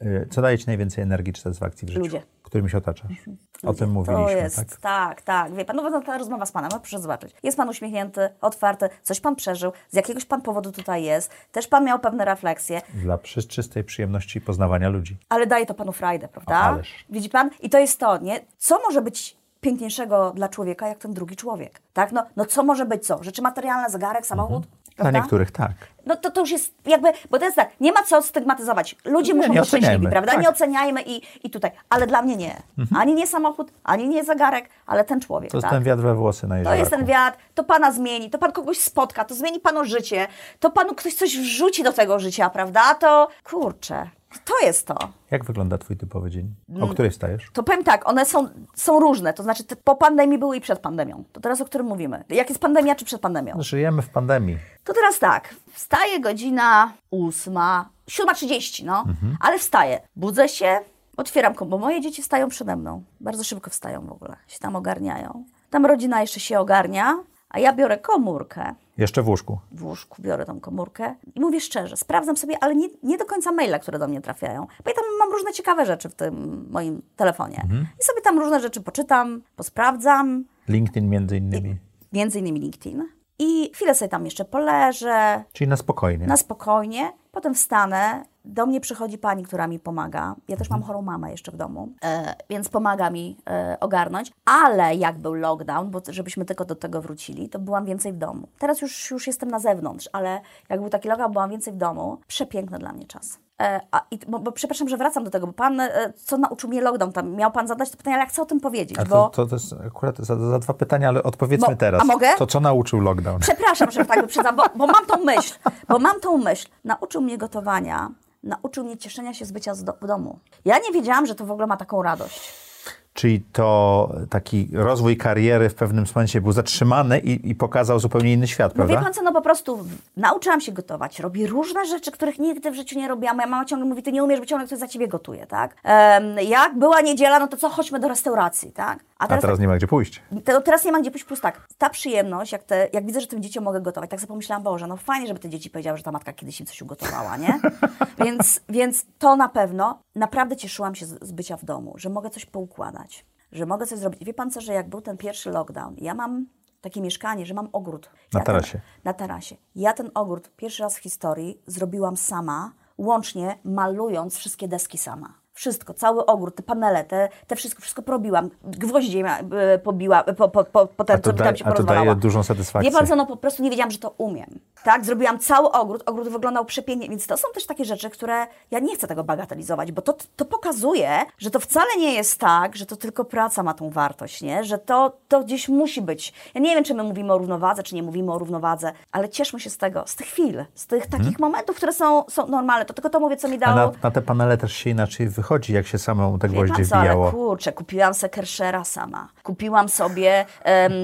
Co daje ci najwięcej energii czy satysfakcji w życiu? Ludzie. Którymi się otaczasz? Mhm. O tym mówiliśmy, to jest, tak? Tak, tak. Wie pan, no ta rozmowa z panem, no proszę zobaczyć. Jest pan uśmiechnięty, otwarty, coś pan przeżył, z jakiegoś pan powodu tutaj jest, też pan miał pewne refleksje. Dla przy, czystej przyjemności poznawania ludzi. Ale daje to panu frajdę, prawda? O, ależ. Widzi pan? I to jest to, nie? Co może być piękniejszego dla człowieka, jak ten drugi człowiek? Tak? No, no co może być co? Rzeczy materialne, zegarek, samochód? Mhm. Dla niektórych tak. No to, to już jest jakby, bo to jest tak, nie ma co stygmatyzować. Ludzie nie, muszą nie być szczęśliwi, prawda? Tak. Nie oceniajmy i, i tutaj. Ale dla mnie nie. Mhm. Ani nie samochód, ani nie zegarek, ale ten człowiek. To jest tak? ten wiatr we włosy na jeziorku. To jest ten wiatr, to pana zmieni, to pan kogoś spotka, to zmieni panu życie, to panu ktoś coś wrzuci do tego życia, prawda? To kurczę, to jest to. Jak wygląda twój typowy dzień? O której wstajesz? To powiem tak, one są, są różne, to znaczy te po pandemii były i przed pandemią. To teraz o którym mówimy? Jak jest pandemia czy przed pandemią? Żyjemy w pandemii. To teraz tak, wstaje godzina ósma, siódma trzydzieści, no, mhm. ale wstaję, budzę się, otwieram kombo, bo moje dzieci wstają przede mną, bardzo szybko wstają w ogóle, się tam ogarniają. Tam rodzina jeszcze się ogarnia, a ja biorę komórkę. Jeszcze w łóżku? W łóżku biorę tą komórkę i mówię szczerze, sprawdzam sobie, ale nie, nie do końca maile, które do mnie trafiają, bo ja tam mam różne ciekawe rzeczy w tym moim telefonie. Mhm. I sobie tam różne rzeczy poczytam, posprawdzam. LinkedIn między innymi. I, między innymi LinkedIn. I chwilę sobie tam jeszcze poleżę. Czyli na spokojnie. Na spokojnie. Potem wstanę. Do mnie przychodzi pani, która mi pomaga. Ja też mam chorą mamę jeszcze w domu, e, więc pomaga mi e, ogarnąć. Ale jak był lockdown, bo żebyśmy tylko do tego wrócili, to byłam więcej w domu. Teraz już, już jestem na zewnątrz, ale jak był taki lockdown, byłam więcej w domu. Przepiękny dla mnie czas. E, a, i, bo, bo przepraszam, że wracam do tego, bo pan, e, co nauczył mnie lockdown, tam miał pan zadać to pytanie, ale jak chcę o tym powiedzieć? A to, bo... to, to jest akurat za, za dwa pytania, ale odpowiedzmy bo, teraz. A mogę? To co nauczył lockdown? Przepraszam, że tak wyprzedzam, bo, bo mam tą myśl, bo mam tą myśl. Nauczył mnie gotowania, nauczył mnie cieszenia się z bycia z do, w domu. Ja nie wiedziałam, że to w ogóle ma taką radość. Czyli to taki rozwój kariery w pewnym momencie był zatrzymany i, i pokazał zupełnie inny świat, prawda? No wie pan co, no po prostu nauczyłam się gotować. Robię różne rzeczy, których nigdy w życiu nie robiłam. Moja mama ciągle mówi, ty nie umiesz, bo ciągle ktoś za ciebie gotuje, tak? Um, jak była niedziela, no to co, chodźmy do restauracji, tak? A teraz, A teraz tak, nie ma gdzie pójść. To, teraz nie ma gdzie pójść, plus tak, ta przyjemność, jak, te, jak widzę, że tym dzieciom mogę gotować, tak sobie pomyślałam, Boże, no fajnie, żeby te dzieci powiedziały, że ta matka kiedyś im coś ugotowała, nie? więc, więc to na pewno, naprawdę cieszyłam się z, z bycia w domu, że mogę coś poukładać, że mogę coś zrobić. Wie pan co, że jak był ten pierwszy lockdown, ja mam takie mieszkanie, że mam ogród. Na ja tarasie. Ten, na tarasie. Ja ten ogród pierwszy raz w historii zrobiłam sama, łącznie malując wszystkie deski sama. Wszystko, cały ogród, te panele, te, te wszystko, wszystko porobiłam. Gwoździe y, pobiła, po, po, po, po ten, co tam się porozwalała. A to daje dużą satysfakcję. Wie pan co, no po prostu nie wiedziałam, że to umiem. Tak, zrobiłam cały ogród, ogród wyglądał przepięknie, więc to są też takie rzeczy, które ja nie chcę tego bagatelizować, bo to, to pokazuje, że to wcale nie jest tak, że to tylko praca ma tą wartość, nie? Że to, to gdzieś musi być. Ja nie wiem, czy my mówimy o równowadze, czy nie mówimy o równowadze, ale cieszmy się z tego, z tych chwil, z tych takich hmm. momentów, które są, są normalne. To tylko to mówię, co mi dało. A na, na te panele też się inaczej wychodzi, jak się samą te gwoździe co, wbijało. Ale kurczę, kupiłam sobie Kershera sama. Kupiłam sobie um,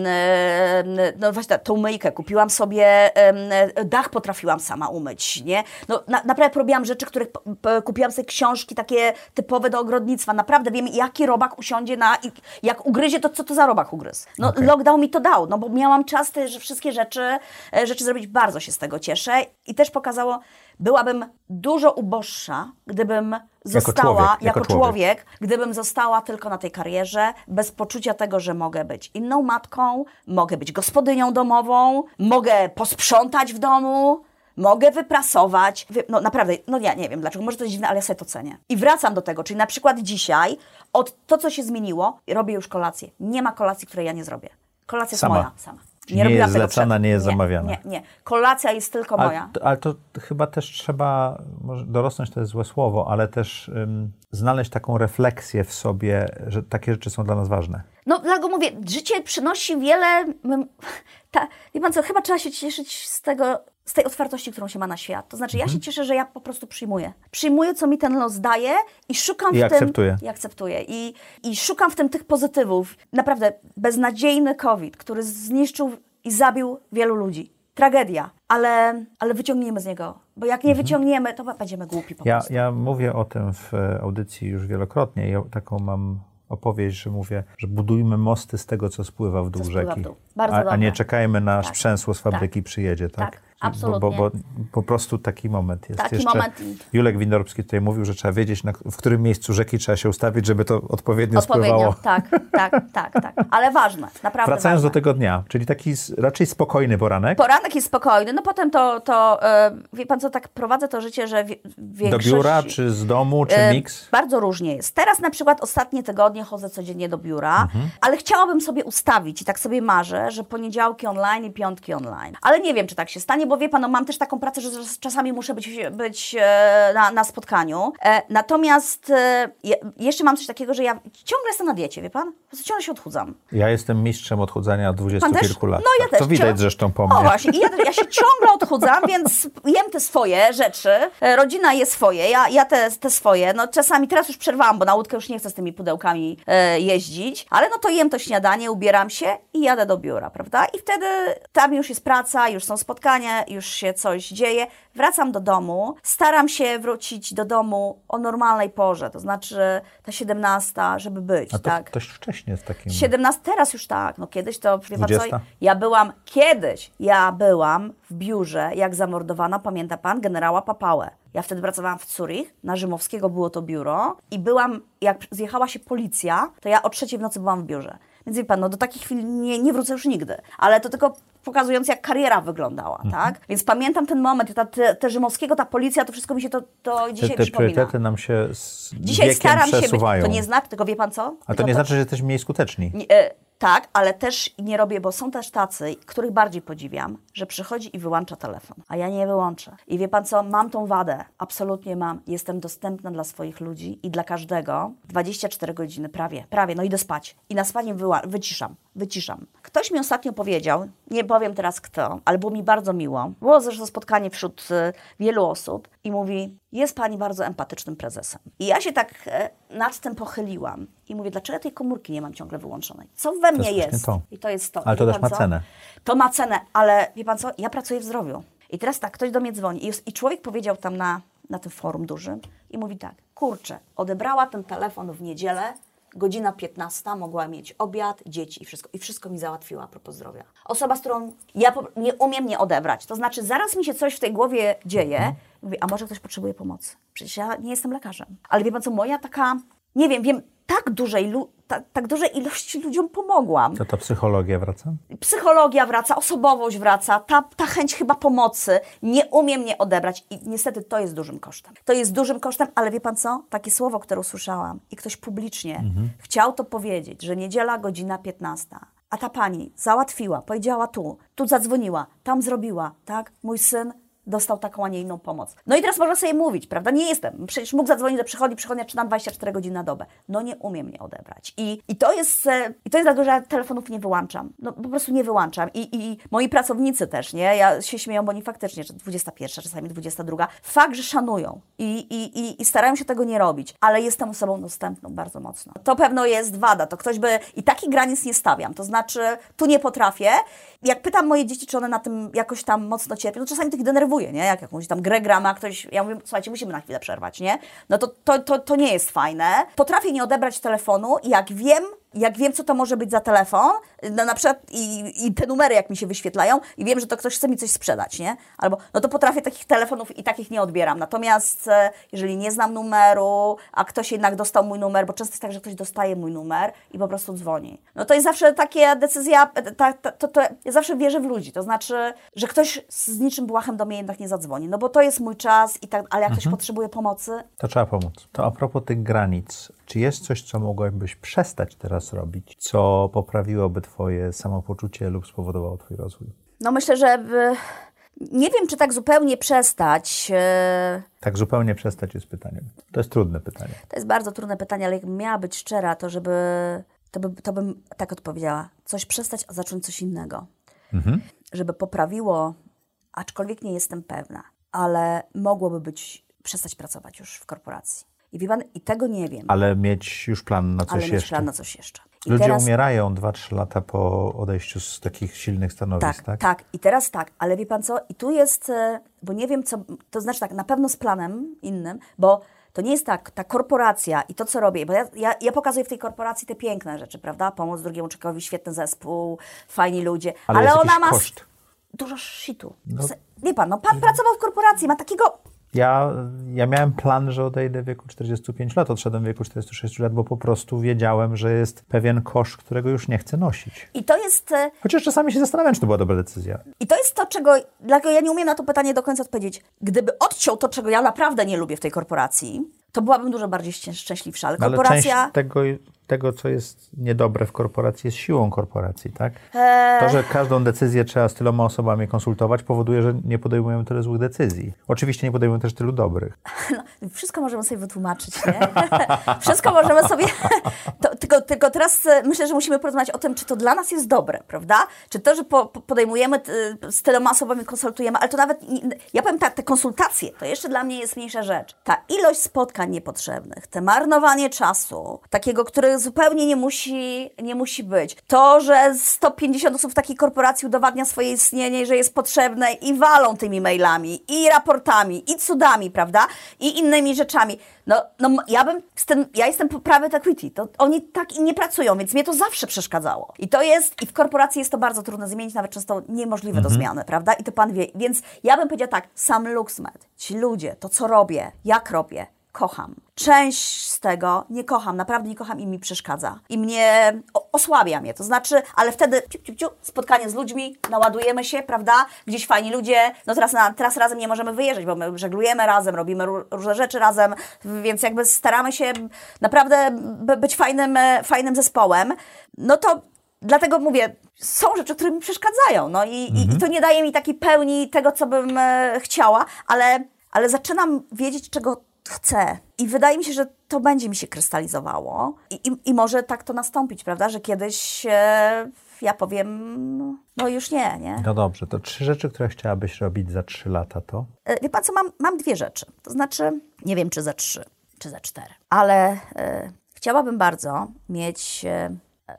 no właśnie tą myjkę, kupiłam sobie um, dach potrafiłam sama umyć, nie? No na, naprawdę robiłam rzeczy, których p- p- kupiłam sobie książki takie typowe do ogrodnictwa. Naprawdę wiem, jaki robak usiądzie na... I, jak ugryzie, to co to za robak ugryzł? No okay. Lockdown mi to dał, no bo miałam czas te że wszystkie rzeczy, rzeczy zrobić. Bardzo się z tego cieszę. I też pokazało, byłabym dużo uboższa, gdybym została, jako człowiek, jako jako człowiek, człowiek, gdybym została tylko na tej karierze, bez poczucia tego, że mogę być inną matką, mogę być gospodynią domową, mogę posprzątać w domu, mogę wyprasować. No naprawdę, no ja nie wiem dlaczego, może to jest dziwne, ale ja sobie to cenię. I wracam do tego, czyli na przykład dzisiaj, od to, co się zmieniło, robię już kolację. Nie ma kolacji, której ja nie zrobię. Kolacja jest sama. moja, sama. Nie, nie jest zlecana, przed... nie jest nie, zamawiana. Nie, nie. Kolacja jest tylko ale, moja. Ale to chyba też trzeba, może dorosnąć to jest złe słowo, ale też um, znaleźć taką refleksję w sobie, że takie rzeczy są dla nas ważne. No dlatego mówię, życie przynosi wiele... Ta, wie pan co, chyba trzeba się cieszyć z tego, z tej otwartości, którą się ma na świat. To znaczy mhm. ja się cieszę, że ja po prostu przyjmuję. Przyjmuję, co mi ten los daje i szukam I w akceptuję. tym... I akceptuję. I, I szukam w tym tych pozytywów. Naprawdę, beznadziejny COVID, który zniszczył i zabił wielu ludzi. Tragedia. Ale, ale wyciągnijmy z niego. Bo jak nie mhm. wyciągniemy, to będziemy głupi po ja, prostu. Ja mówię o tym w audycji już wielokrotnie. Ja taką mam... opowieść, że mówię, że budujmy mosty z tego, co spływa w dół co rzeki, w dół. Bardzo a, a nie czekajmy na tak. sprzęsło z fabryki tak. przyjedzie, tak? tak? Absolutnie. Bo, bo, bo po prostu taki moment jest. Taki Jeszcze moment. Julek Windorbski tutaj mówił, że trzeba wiedzieć, na, w którym miejscu rzeki trzeba się ustawić, żeby to odpowiednio, Odpowiednio, spływało. tak, tak, tak, tak. Ale ważne, naprawdę Wracając ważne. do tego dnia, czyli taki raczej spokojny poranek. Poranek jest spokojny, no potem to, to e, wie pan co, tak prowadzę to życie, że wie, większość... Do biura, czy z domu, czy e, miks? Bardzo różnie jest. Teraz na przykład ostatnie tygodnie chodzę codziennie do biura, mhm. ale chciałabym sobie ustawić i tak sobie marzę, że poniedziałki online i piątki online. Ale nie wiem, czy tak się stanie, bo wie pan, no mam też taką pracę, że czasami muszę być, być e, na, na spotkaniu. E, natomiast e, je, jeszcze mam coś takiego, że ja ciągle jestem na diecie, wie pan? Po prostu ciągle się odchudzam. Ja jestem mistrzem odchudzania od dwudziestu kilku lat. No ja też. To widać Cią... zresztą po mnie. O właśnie, i ja, ja się ciągle odchudzam, więc jem te swoje rzeczy. E, rodzina je swoje, ja, ja te, te swoje. No czasami teraz już przerwałam, bo na łódkę już nie chcę z tymi pudełkami e, jeździć, ale no to jem to śniadanie, ubieram się i jadę do biura, prawda? I wtedy tam już jest praca, już są spotkania, już się coś dzieje. Wracam do domu, staram się wrócić do domu o normalnej porze, to znaczy ta siedemnasta, żeby być, A to tak? dość wcześnie z takim... siedemnaście, teraz już tak, no kiedyś to, wie pan co, dwudziesta? ja byłam, kiedyś ja byłam w biurze, jak zamordowano, pamięta pan, generała Papałę. Ja wtedy pracowałam w Zurich, na Rzymowskiego było to biuro i byłam, jak zjechała się policja, to ja o trzeciej w nocy byłam w biurze. Więc wie pan, no do takich chwil nie, nie wrócę już nigdy. Ale to tylko pokazując, jak kariera wyglądała, mhm. tak? Więc pamiętam ten moment, ta, te, te Rzymowskiego, ta policja, to wszystko mi się to, to dzisiaj te, te przypomina. priorytety nam się z Dzisiaj wiekiem staram się być, przesuwają. to nie znaczy, tylko wie pan co? A to tylko nie znaczy, że jesteśmy mniej skuteczni. Nie, e, tak, ale też nie robię, bo są też tacy, których bardziej podziwiam, że przychodzi i wyłącza telefon, a ja nie wyłączę. I wie pan co, mam tą wadę, absolutnie mam. Jestem dostępna dla swoich ludzi i dla każdego dwadzieścia cztery godziny, prawie, prawie, no idę spać. I na spanie wyła- wyciszam, wyciszam. Ktoś mi ostatnio powiedział, nie powiem teraz kto, ale było mi bardzo miło, było zresztą spotkanie wśród y, wielu osób i mówi, jest pani bardzo empatycznym prezesem. I ja się tak e, nad tym pochyliłam i mówię, dlaczego tej komórki nie mam ciągle wyłączonej? Co we mnie jest? jest? To. I to jest to. Ale to Wie też pan ma co? cenę. To ma cenę, ale wie pan co? Ja pracuję w zdrowiu. I teraz tak, ktoś do mnie dzwoni i, jest, i człowiek powiedział tam na, na tym forum dużym i mówi tak, kurczę, odebrała ten telefon w niedzielę, godzina piętnasta, mogła mieć obiad, dzieci i wszystko. I wszystko mi załatwiła a propos zdrowia. Osoba, z którą ja po, nie umiem nie odebrać. To znaczy, zaraz mi się coś w tej głowie dzieje. Mówię, a może ktoś potrzebuje pomocy? Przecież ja nie jestem lekarzem. Ale wie pan co, moja taka, nie wiem, wiem, tak dużej, lu, ta, tak dużej ilości ludziom pomogłam. To ta psychologia wraca? Psychologia wraca, osobowość wraca, ta, ta chęć chyba pomocy. Nie umiem nie odebrać i niestety to jest dużym kosztem. To jest dużym kosztem, ale wie pan co? Takie słowo, które usłyszałam i ktoś publicznie mhm. chciał to powiedzieć, że niedziela, godzina piętnasta. A ta pani załatwiła, powiedziała tu, tu zadzwoniła, tam zrobiła, tak? Mój syn dostał taką, a nie inną pomoc. No i teraz można sobie mówić, prawda? Nie jestem. Przecież mógł zadzwonić do przychodni, przychodnia czytam dwadzieścia cztery godziny na dobę. No nie umiem nie odebrać. I, i, to, jest, e, i to jest dlatego, że ja telefonów nie wyłączam. No po prostu nie wyłączam. I, i moi pracownicy też, nie? Ja się śmieją, bo oni faktycznie, że dwudziesta pierwsza, czasami dwudziesta druga, fakt, że szanują i, i, i, i starają się tego nie robić, ale jestem osobą dostępną bardzo mocno. To pewno jest wada. To ktoś by... I takich granic nie stawiam. To znaczy, tu nie potrafię. Jak pytam moje dzieci, czy one na tym jakoś tam mocno cierpią, to czasami tych denerwuję, nie? Jak jakąś tam grę gram, a ktoś, ja mówię, słuchajcie, musimy na chwilę przerwać, nie? No to, to, to, to nie jest fajne. Potrafię nie odebrać telefonu i jak wiem, jak wiem, co to może być za telefon, no na przykład i, i te numery, jak mi się wyświetlają i wiem, że to ktoś chce mi coś sprzedać, nie? Albo, no to potrafię takich telefonów i takich nie odbieram. Natomiast e, jeżeli nie znam numeru, a ktoś jednak dostał mój numer, bo często jest tak, że ktoś dostaje mój numer i po prostu dzwoni. No to jest zawsze taka decyzja, ta, ta, to, to, ja zawsze wierzę w ludzi, to znaczy, że ktoś z niczym błachem do mnie jednak nie zadzwoni, no bo to jest mój czas i tak, ale jak ktoś mhm. potrzebuje pomocy... To trzeba pomóc. To a propos tych granic, czy jest coś, co mogłabyś przestać teraz robić, co poprawiłoby twoje samopoczucie lub spowodowało twój rozwój? No myślę, że by... nie wiem, czy tak zupełnie przestać. Tak zupełnie przestać jest pytaniem. To jest trudne pytanie. To jest bardzo trudne pytanie, ale jakbym miała być szczera, to żeby, to, by, to bym tak odpowiedziała. Coś przestać, a zacząć coś innego. Mhm. Żeby poprawiło, aczkolwiek nie jestem pewna, ale mogłoby być, przestać pracować już w korporacji. I wie pan, i tego nie wiem. Ale mieć już plan na coś ale jeszcze. mieć plan na coś jeszcze. I Ludzie teraz... umierają dwa trzy lata po odejściu z takich silnych stanowisk, tak? Tak, tak. I teraz tak, ale wie pan co? I tu jest, bo nie wiem co, to znaczy tak, na pewno z planem innym, bo to nie jest tak, ta korporacja i to, co robię, bo ja, ja, ja pokazuję w tej korporacji te piękne rzeczy, prawda? Pomoc drugiemu człowiekowi, świetny zespół, fajni ludzie, ale, ale jest ona ma koszt. dużo shitu. No, wie pan, no pan pracował w korporacji, ma takiego... Ja, ja miałem plan, że odejdę w wieku czterdziestu pięciu lat, odszedłem w wieku czterdziestu sześciu lat, bo po prostu wiedziałem, że jest pewien koszt, którego już nie chcę nosić. I to jest... Chociaż czasami się zastanawiam, czy to była dobra decyzja. I to jest to, czego... Dlatego ja nie umiem na to pytanie do końca odpowiedzieć. Gdyby odciął to, czego ja naprawdę nie lubię w tej korporacji, to byłabym dużo bardziej szczęśliwsza. Ale korporacja... Ale część tego, tego, co jest niedobre w korporacji, jest siłą korporacji, tak? Eee... To, że każdą decyzję trzeba z tyloma osobami konsultować, powoduje, że nie podejmujemy tyle złych decyzji. Oczywiście nie podejmujemy też tylu dobrych. No, wszystko możemy sobie wytłumaczyć, nie? Wszystko możemy sobie... To, tylko, tylko teraz myślę, że musimy porozmawiać o tym, czy to dla nas jest dobre, prawda? Czy to, że po, podejmujemy, z tyloma osobami konsultujemy, ale to nawet... Ja powiem tak, te konsultacje, to jeszcze dla mnie jest mniejsza rzecz. Ta ilość spotkań niepotrzebnych, te marnowanie czasu, takiego, który zupełnie nie musi, nie musi być. To, że sto pięćdziesiąt osób w takiej korporacji udowadnia swoje istnienie, że jest potrzebne i walą tymi mailami, i raportami, i cudami, prawda? I innymi rzeczami. No, no ja bym, z tym, ja jestem po private equity, to oni tak i nie pracują, więc mnie to zawsze przeszkadzało. I to jest, i w korporacji jest to bardzo trudno zmienić, nawet często niemożliwe mhm. do zmiany, prawda? I to pan wie. Więc ja bym powiedziała tak, sam LuxMed, ci ludzie, to co robię, jak robię, kocham. Część z tego nie kocham, naprawdę nie kocham i mi przeszkadza. I mnie o, osłabia mnie, to znaczy, ale wtedy ciup, ciup, ciup, spotkanie z ludźmi, naładujemy się, prawda? Gdzieś fajni ludzie, no teraz, na, teraz razem nie możemy wyjeżdżać, bo my żeglujemy razem, robimy ró- różne rzeczy razem, więc jakby staramy się naprawdę b- być fajnym, fajnym zespołem. No to dlatego mówię, są rzeczy, które mi przeszkadzają, no i, mhm. i, i to nie daje mi takiej pełni tego, co bym e, chciała, ale, ale zaczynam wiedzieć, czego chcę. I wydaje mi się, że to będzie mi się krystalizowało. I, i, i może tak to nastąpić, prawda? Że kiedyś e, ja powiem, no już nie, nie? No dobrze, to trzy rzeczy, które chciałabyś robić za trzy lata, to? E, wie pan co, mam, mam dwie rzeczy. To znaczy, nie wiem, czy za trzy, czy za cztery. Ale e, chciałabym bardzo mieć e,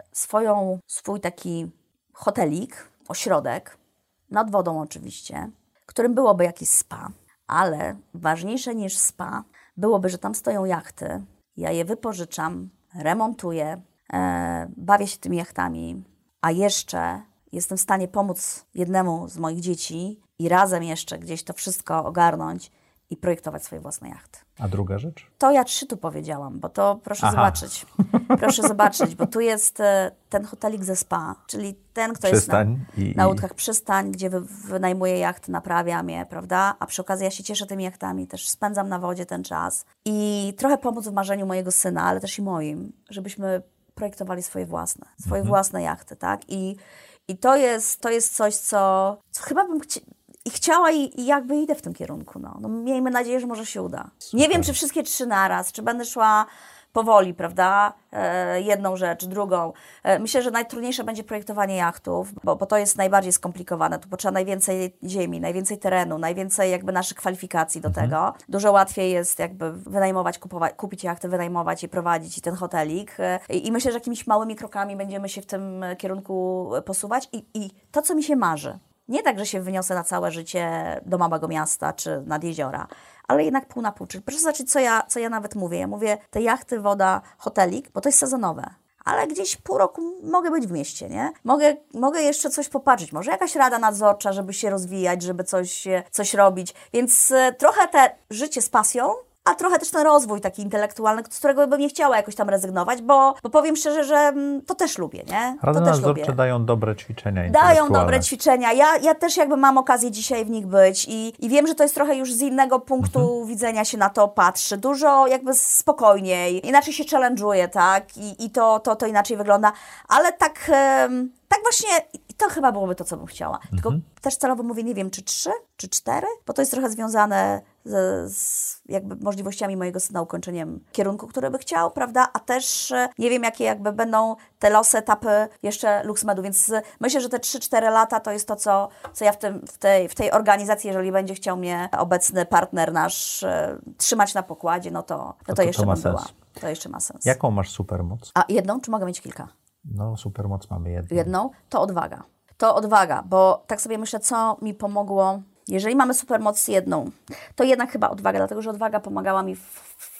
swoją, swój taki hotelik, ośrodek, nad wodą oczywiście, w którym byłoby jakieś spa. Ale ważniejsze niż spa byłoby, że tam stoją jachty, ja je wypożyczam, remontuję, e, bawię się tymi jachtami, a jeszcze jestem w stanie pomóc jednemu z moich dzieci i razem jeszcze gdzieś to wszystko ogarnąć i projektować swoje własne jachty. A druga rzecz? To ja trzy tu powiedziałam, bo to proszę Aha. zobaczyć. Proszę zobaczyć, bo tu jest e, ten hotelik ze spa, czyli ten, kto przystań jest na, i, na łódkach przystań, gdzie wy, wynajmuję jachty, naprawiam je, prawda? A przy okazji ja się cieszę tymi jachtami, też spędzam na wodzie ten czas. I trochę pomóc w marzeniu mojego syna, ale też i moim, żebyśmy projektowali swoje własne, swoje mhm. własne jachty, tak? I, i to, jest, to jest coś, co, co chyba bym chciała... I chciała i, i jakby idę w tym kierunku. No. No, miejmy nadzieję, że może się uda. Super. Nie wiem, czy wszystkie trzy naraz, czy będę szła powoli, prawda? E, jedną rzecz, drugą. E, myślę, że najtrudniejsze będzie projektowanie jachtów, bo, bo to jest najbardziej skomplikowane. Tu potrzeba najwięcej ziemi, najwięcej terenu, najwięcej jakby naszych kwalifikacji do mhm. tego. Dużo łatwiej jest jakby wynajmować, kupować, kupić jachty, wynajmować je, prowadzić i ten hotelik. E, I myślę, że jakimiś małymi krokami będziemy się w tym kierunku posuwać. I, i to, co mi się marzy, nie tak, że się wyniosę na całe życie do małego miasta czy nad jeziora, ale jednak pół na pół. Czyli proszę zobaczyć, co ja, co ja nawet mówię. Ja mówię te jachty, woda, hotelik, bo to jest sezonowe. Ale gdzieś pół roku mogę być w mieście, nie? Mogę, mogę jeszcze coś popatrzeć. Może jakaś rada nadzorcza, żeby się rozwijać, żeby coś, coś robić. Więc trochę te życie z pasją, a trochę też ten rozwój taki intelektualny, z którego bym nie chciała jakoś tam rezygnować, bo, bo powiem szczerze, że to też lubię, nie? Rady to też nadzorcze lubię. dają dobre ćwiczenia Dają dobre ćwiczenia. Ja, ja też jakby mam okazję dzisiaj w nich być i, i wiem, że to jest trochę już z innego punktu mhm. widzenia się na to patrzy. Dużo jakby spokojniej, inaczej się challenge'uje, tak? I, i to, to, to inaczej wygląda. Ale tak, um, tak właśnie... To chyba byłoby to, co bym chciała. Mhm. Tylko też celowo mówię, nie wiem, czy trzy, czy cztery, bo to jest trochę związane z, z jakby możliwościami mojego syna, ukończeniem kierunku, który by chciał, prawda? A też nie wiem, jakie jakby będą te losy, etapy jeszcze LuxMedu, więc myślę, że te trzy cztery lata to jest to, co, co ja w, tym, w, tej, w tej organizacji, jeżeli będzie chciał mnie obecny partner nasz e, trzymać na pokładzie, no to, no to, to jeszcze to bym była. To jeszcze ma sens. Jaką masz supermoc? A jedną, czy mogę mieć kilka? No, supermoc mamy jedną. Jedną? To odwaga. To odwaga, bo tak sobie myślę, co mi pomogło. Jeżeli mamy supermoc jedną, to jednak chyba odwaga, dlatego że odwaga pomagała mi w,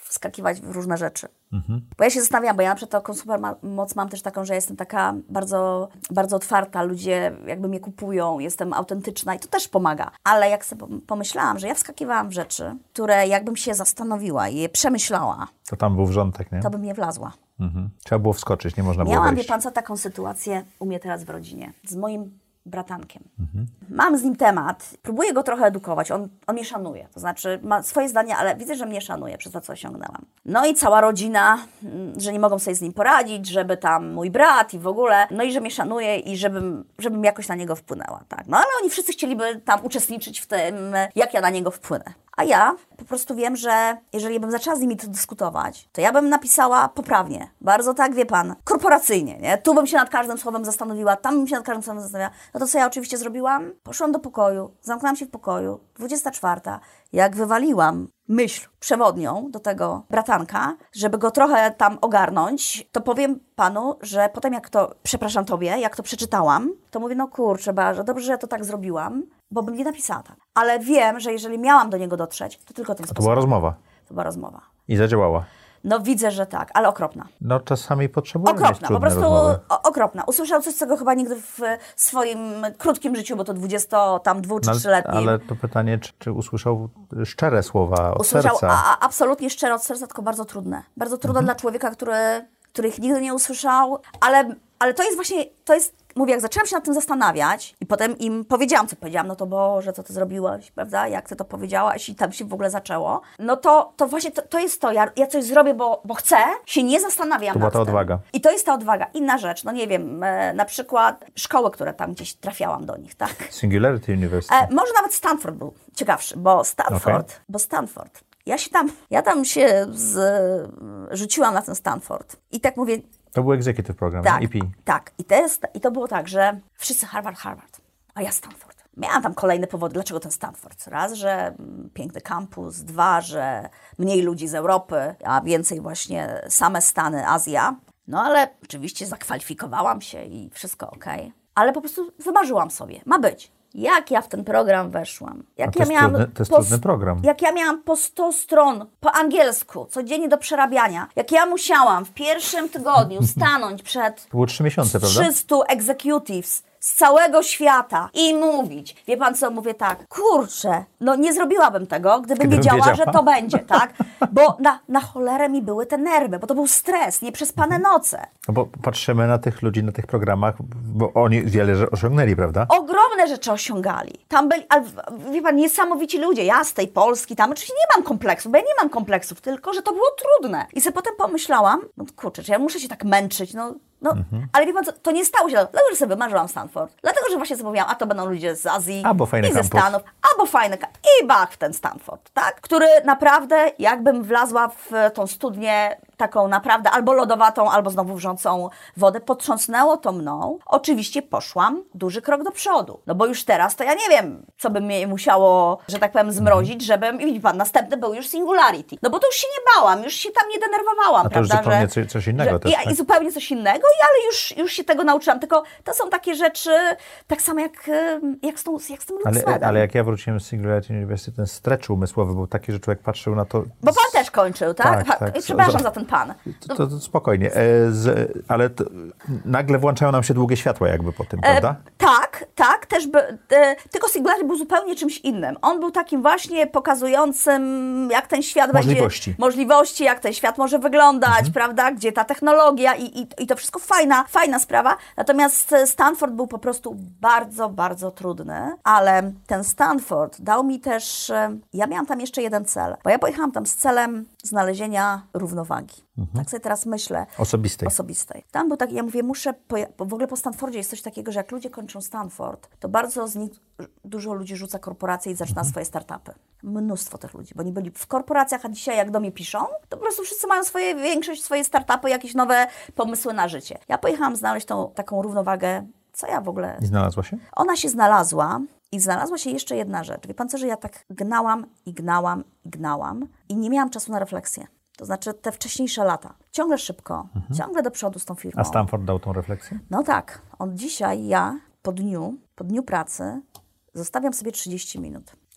wskakiwać w różne rzeczy. Mhm. Bo ja się zastanawiam, bo ja na przykład taką super moc mam też taką, że jestem taka bardzo, bardzo otwarta, ludzie jakby mnie kupują, jestem autentyczna i to też pomaga. Ale jak sobie pomyślałam, że ja wskakiwałam w rzeczy, które jakbym się zastanowiła i je przemyślała, To tam był wrzątek, nie? to bym nie wlazła. Mhm. Trzeba było wskoczyć, nie można było Miałam, wie wejść. pan co, taką sytuację u mnie teraz w rodzinie z moim bratankiem. Mhm. Mam z nim temat, próbuję go trochę edukować, on, on mnie szanuje, to znaczy ma swoje zdanie, ale widzę, że mnie szanuje przez to, co osiągnęłam. No i cała rodzina, że nie mogą sobie z nim poradzić, żeby tam mój brat i w ogóle, no i że mnie szanuje i żebym, żebym jakoś na niego wpłynęła, tak. No ale oni wszyscy chcieliby tam uczestniczyć w tym, jak ja na niego wpłynę. A ja po prostu wiem, że jeżeli bym zaczęła z nimi to dyskutować, to ja bym napisała poprawnie, bardzo tak, wie pan, korporacyjnie, nie? Tu bym się nad każdym słowem zastanowiła, tam bym się nad każdym słowem zastanowiła. No to co ja oczywiście zrobiłam? Poszłam do pokoju, zamknęłam się w pokoju, dwudziesta czwarta, jak wywaliłam myśl przewodnią do tego bratanka, żeby go trochę tam ogarnąć, to powiem panu, że potem jak to, przepraszam tobie, jak to przeczytałam, to mówię, no kurczę, Barze, dobrze, że ja to tak zrobiłam, bo bym nie napisała tak. Ale wiem, że jeżeli miałam do niego dotrzeć, to tylko tym A to sposobem. była rozmowa. To była rozmowa. I zadziałała. No widzę, że tak, ale okropna. No czasami potrzebujemy mieć Okropna, po trudne prostu rozmowy. o, okropna. Usłyszał coś, czego chyba nigdy w swoim krótkim życiu, bo to dwudziesto, tam dwu czy No, trzyletnim. ale to pytanie, czy, czy usłyszał szczere słowa od Usłyszał serca? a, a, absolutnie szczere od serca, tylko bardzo trudne. Bardzo trudne Mhm. dla człowieka, który, których nigdy nie usłyszał, ale, ale to jest właśnie, to jest, mówię, jak zaczęłam się nad tym zastanawiać i potem im powiedziałam, co powiedziałam, no to Boże, co ty zrobiłaś, prawda, jak ty to powiedziałaś i tam się w ogóle zaczęło, no to, to właśnie to, to jest to, ja, ja coś zrobię, bo, bo chcę, się nie zastanawiam To była nad ta tym. odwaga. I to jest ta odwaga. Inna rzecz, no nie wiem, e, na przykład szkoły, które tam gdzieś trafiałam do nich, tak. Singularity University. E, może nawet Stanford był ciekawszy, bo Stanford, Okay. bo Stanford. Ja się tam, ja tam się z, rzuciłam na ten Stanford. I tak mówię, To był executive program, tak, E P. tak. I to, jest, I to było tak, że wszyscy Harvard, Harvard, a ja Stanford. Miałam tam kolejne powody, dlaczego ten Stanford. Raz, że mm, piękny kampus, dwa, że mniej ludzi z Europy, a więcej właśnie same Stany, Azja. No ale oczywiście zakwalifikowałam się i wszystko okej. Ale po prostu wymarzyłam sobie, ma być. Jak ja w ten program weszłam? Jak to ja jest miałam trudny- to jest po, trudny program. Jak ja miałam po sto stron po angielsku, codziennie do przerabiania. Jak ja musiałam w pierwszym tygodniu stanąć przed To było trzy miesiące, prawda? trzystu executives z całego świata i mówić. Wie pan co? Mówię tak, kurczę, no nie zrobiłabym tego, gdybym Gdybym wiedziała, wiedziała. że to będzie, tak? Bo na, na cholerę mi były te nerwy, bo to był stres, nieprzespane noce. No bo patrzymy na tych ludzi na tych programach, bo oni wiele że osiągnęli, prawda? Ogromne rzeczy osiągali. Tam byli, ale wie pan, niesamowici ludzie. Ja z tej Polski tam, oczywiście nie mam kompleksów, bo ja nie mam kompleksów, tylko, że to było trudne. I sobie potem pomyślałam, no kurczę, czy ja muszę się tak męczyć, no, no Mhm. ale wie pan co, to nie stało się, dlatego, że sobie wymarzyłam Stanford. Dlatego, że właśnie sobie mówiłam, a to będą ludzie z Azji Albo fajny i ze kampus. Stanów, albo fajny kampus. I bach w ten Stanford, tak? Który naprawdę, jakbym wlazła w tą studnię taką naprawdę albo lodowatą, albo znowu wrzącą wodę, potrząsnęło to mną. Oczywiście poszłam duży krok do przodu. No bo już teraz to ja nie wiem, co by mnie musiało, że tak powiem, zmrozić, żebym, i widzi pan, następny był już Singularity. No bo to już się nie bałam, już się tam nie denerwowałam, A to już prawda? zupełnie że, coś- coś innego że, też, i, tak? I zupełnie coś innego, i, ale już, już się tego nauczyłam. Tylko to są takie rzeczy, tak samo jak, jak z, tą, jak z tym Ale, Luxmedem. ale jak ja wróciłem z Singularity University, ten stretch umysłowy był taki, że człowiek patrzył na to... Bo pan też kończył, tak? Tak, tak. I przepraszam Za- za ten pan. To, to, to spokojnie, e, z, ale to, nagle włączają nam się długie światła jakby po tym, prawda? E, tak, tak, też by, e, tylko Singularity był zupełnie czymś innym. On był takim właśnie pokazującym, jak ten świat Możliwości. będzie... Możliwości, jak ten świat może wyglądać, mhm. prawda, gdzie ta technologia i, i, i to wszystko fajna, fajna sprawa. Natomiast Stanford był po prostu bardzo, bardzo trudny, ale ten Stanford dał mi też... e, Ja miałam tam jeszcze jeden cel, bo ja pojechałam tam z celem znalezienia równowagi. Mhm. Tak sobie teraz myślę. Osobistej. Osobistej. Tam był taki, ja mówię, muszę, poja- bo w ogóle po Stanfordzie jest coś takiego, że jak ludzie kończą Stanford, to bardzo z nich dużo ludzi rzuca korporacje i zaczyna Mhm. swoje startupy. Mnóstwo tych ludzi, bo oni byli w korporacjach, a dzisiaj jak do mnie piszą, to po prostu wszyscy mają swoje, większość swoje startupy, jakieś nowe pomysły na życie. Ja pojechałam znaleźć tą taką równowagę, co ja w ogóle... I znalazła się? Ona się znalazła i znalazła się jeszcze jedna rzecz. Wie pan co, że ja tak gnałam i gnałam i gnałam i nie miałam czasu na refleksję. To znaczy te wcześniejsze lata. Ciągle szybko, mhm. ciągle do przodu z tą firmą. A Stanford dał tą refleksję? No tak. Od dzisiaj ja po dniu, po dniu pracy zostawiam sobie trzydzieści minut. Tak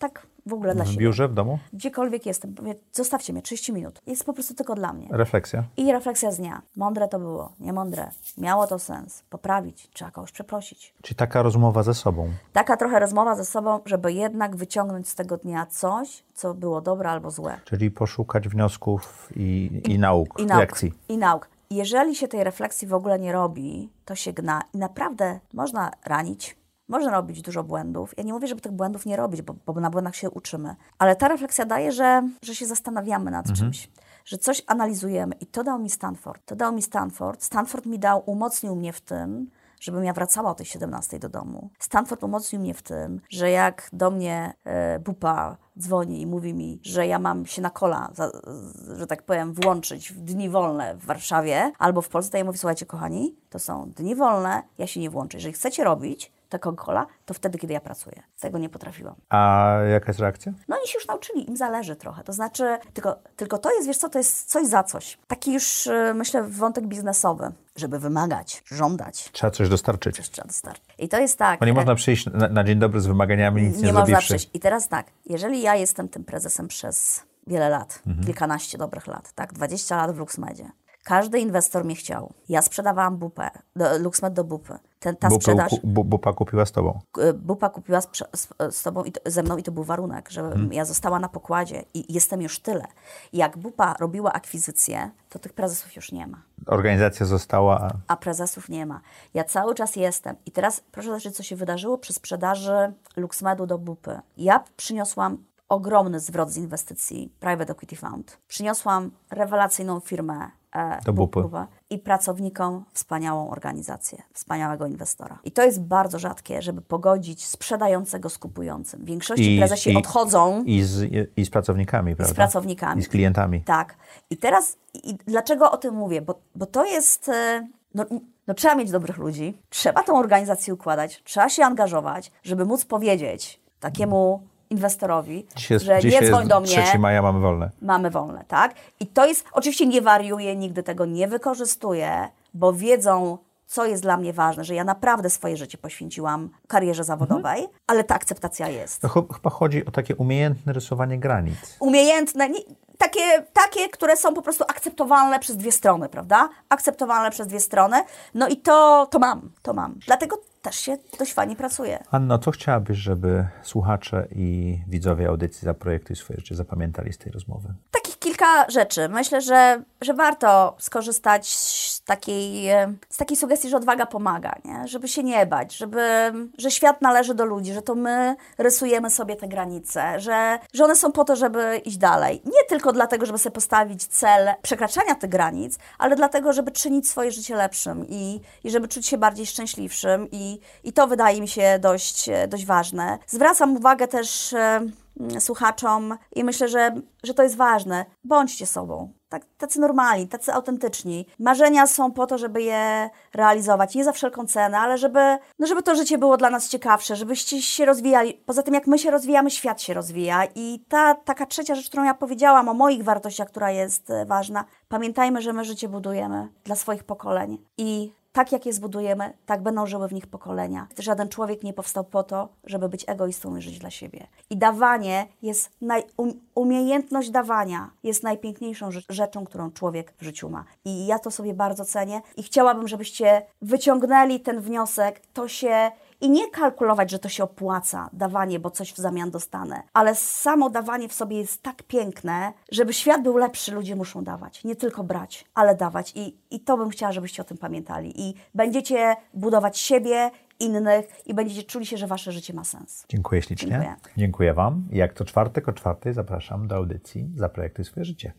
w ogóle dla W siebie. biurze, w domu? Gdziekolwiek jestem, mówię, zostawcie mnie trzydzieści minut. Jest po prostu tylko dla mnie. Refleksja. I refleksja z dnia. Mądre to było, niemądre. Miało to sens. Poprawić, trzeba kogoś przeprosić. Czyli taka rozmowa ze sobą. Taka trochę rozmowa ze sobą, żeby jednak wyciągnąć z tego dnia coś, co było dobre albo złe. Czyli poszukać wniosków i, i, i nauk, I nauk. lekcji. I nauk. Jeżeli się tej refleksji w ogóle nie robi, to się gna i naprawdę można ranić, można robić dużo błędów. Ja nie mówię, żeby tych błędów nie robić, bo, bo na błędach się uczymy. Ale ta refleksja daje, że, że się zastanawiamy nad mhm. czymś, że coś analizujemy. I to dał mi Stanford. To dał mi Stanford. Stanford mi dał, umocnił mnie w tym, żebym ja wracała o tej siedemnastej do domu. Stanford umocnił mnie w tym, że jak do mnie e, bupa dzwoni i mówi mi, że ja mam się na kola, za, że tak powiem, włączyć w dni wolne w Warszawie albo w Polsce, to ja mówię, słuchajcie kochani, to są dni wolne, ja się nie włączę. Jeżeli chcecie robić taką kola, to wtedy, kiedy ja pracuję. Tego nie potrafiłam. A jaka jest reakcja? No oni się już nauczyli, im zależy trochę. To znaczy, tylko, tylko to jest, wiesz co, to jest coś za coś. Taki już, myślę, wątek biznesowy, żeby wymagać, żądać. Trzeba coś dostarczyć. Coś trzeba dostarczyć. I to jest tak. Bo nie można przyjść na, na dzień dobry z wymaganiami, nic nie, nie można zrobiwszy. przyjść. I teraz tak, jeżeli ja jestem tym prezesem przez wiele lat, mhm. kilkanaście dobrych lat, tak, dwadzieścia lat w LuxMedzie. Każdy inwestor mnie chciał. Ja sprzedawałam bupę, do, LuxMed do bupy. Ten, ta Bupę, sprzedaż... bu, bupa kupiła z tobą. Bupa kupiła z, z, z tobą i to, ze mną i to był warunek, żebym hmm. ja została na pokładzie i jestem już tyle. Jak Bupa robiła akwizycję, to tych prezesów już nie ma. Organizacja została... A prezesów nie ma. Ja cały czas jestem. I teraz proszę zobaczyć, co się wydarzyło przy sprzedaży LuxMedu do Bupy. Ja przyniosłam ogromny zwrot z inwestycji Private Equity Fund. Przyniosłam rewelacyjną firmę do Bupy. I pracownikom wspaniałą organizację, wspaniałego inwestora. I to jest bardzo rzadkie, żeby pogodzić sprzedającego z kupującym. W większości I, prezesi i, odchodzą. I z, I z pracownikami, prawda? I z pracownikami. I z klientami. Tak. I teraz, i dlaczego o tym mówię? Bo, bo to jest... No, no trzeba mieć dobrych ludzi, trzeba tą organizację układać, trzeba się angażować, żeby móc powiedzieć takiemu inwestorowi, dzisiaj jest, że nie dzwoń do mnie. trzeciego maja mamy wolne. Mamy wolne, tak? I to jest, oczywiście nie wariuję, nigdy tego nie wykorzystuję, bo wiedzą, co jest dla mnie ważne, że ja naprawdę swoje życie poświęciłam karierze zawodowej, mhm. ale ta akceptacja jest. To chyba chodzi o takie umiejętne rysowanie granic. Umiejętne, nie, takie, takie, które są po prostu akceptowalne przez dwie strony, prawda? Akceptowalne przez dwie strony. No i to, to mam, to mam. Dlatego też się dość fajnie pracuje. Anno, co chciałabyś, żeby słuchacze i widzowie audycji Zaprojektuj swoje życie zapamiętali z tej rozmowy? Takich kilka rzeczy. Myślę, że, że warto skorzystać z takiej, z takiej sugestii, że odwaga pomaga, nie? Żeby się nie bać, żeby, że świat należy do ludzi, że to my rysujemy sobie te granice, że, że one są po to, żeby iść dalej. Nie tylko dlatego, żeby sobie postawić cel przekraczania tych granic, ale dlatego, żeby czynić swoje życie lepszym i, i żeby czuć się bardziej szczęśliwszym i, i to wydaje mi się dość, dość ważne. Zwracam uwagę też e, słuchaczom i myślę, że, że to jest ważne. Bądźcie sobą. Tak, tacy normalni, tacy autentyczni. Marzenia są po to, żeby je realizować. Nie za wszelką cenę, ale żeby, no żeby to życie było dla nas ciekawsze, żebyście się rozwijali. Poza tym, jak my się rozwijamy, świat się rozwija. I ta taka trzecia rzecz, którą ja powiedziałam o moich wartościach, która jest ważna. Pamiętajmy, że my życie budujemy dla swoich pokoleń. I tak jak je zbudujemy, tak będą żyły w nich pokolenia. Żaden człowiek nie powstał po to, żeby być egoistą i żyć dla siebie. I dawanie jest, naj, um, umiejętność dawania jest najpiękniejszą rzeczą, którą człowiek w życiu ma. I ja to sobie bardzo cenię i chciałabym, żebyście wyciągnęli ten wniosek, to się... I nie kalkulować, że to się opłaca, dawanie, bo coś w zamian dostanę. Ale samo dawanie w sobie jest tak piękne, żeby świat był lepszy, ludzie muszą dawać. Nie tylko brać, ale dawać. I, i to bym chciała, żebyście o tym pamiętali. I będziecie budować siebie, innych i będziecie czuli się, że wasze życie ma sens. Dziękuję ślicznie. Dziękuję. Dziękuję wam. Jak co czwartek o czwartej zapraszam do audycji Zaprojektuj swoje życie.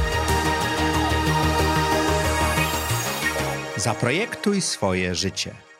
Zaprojektuj swoje życie.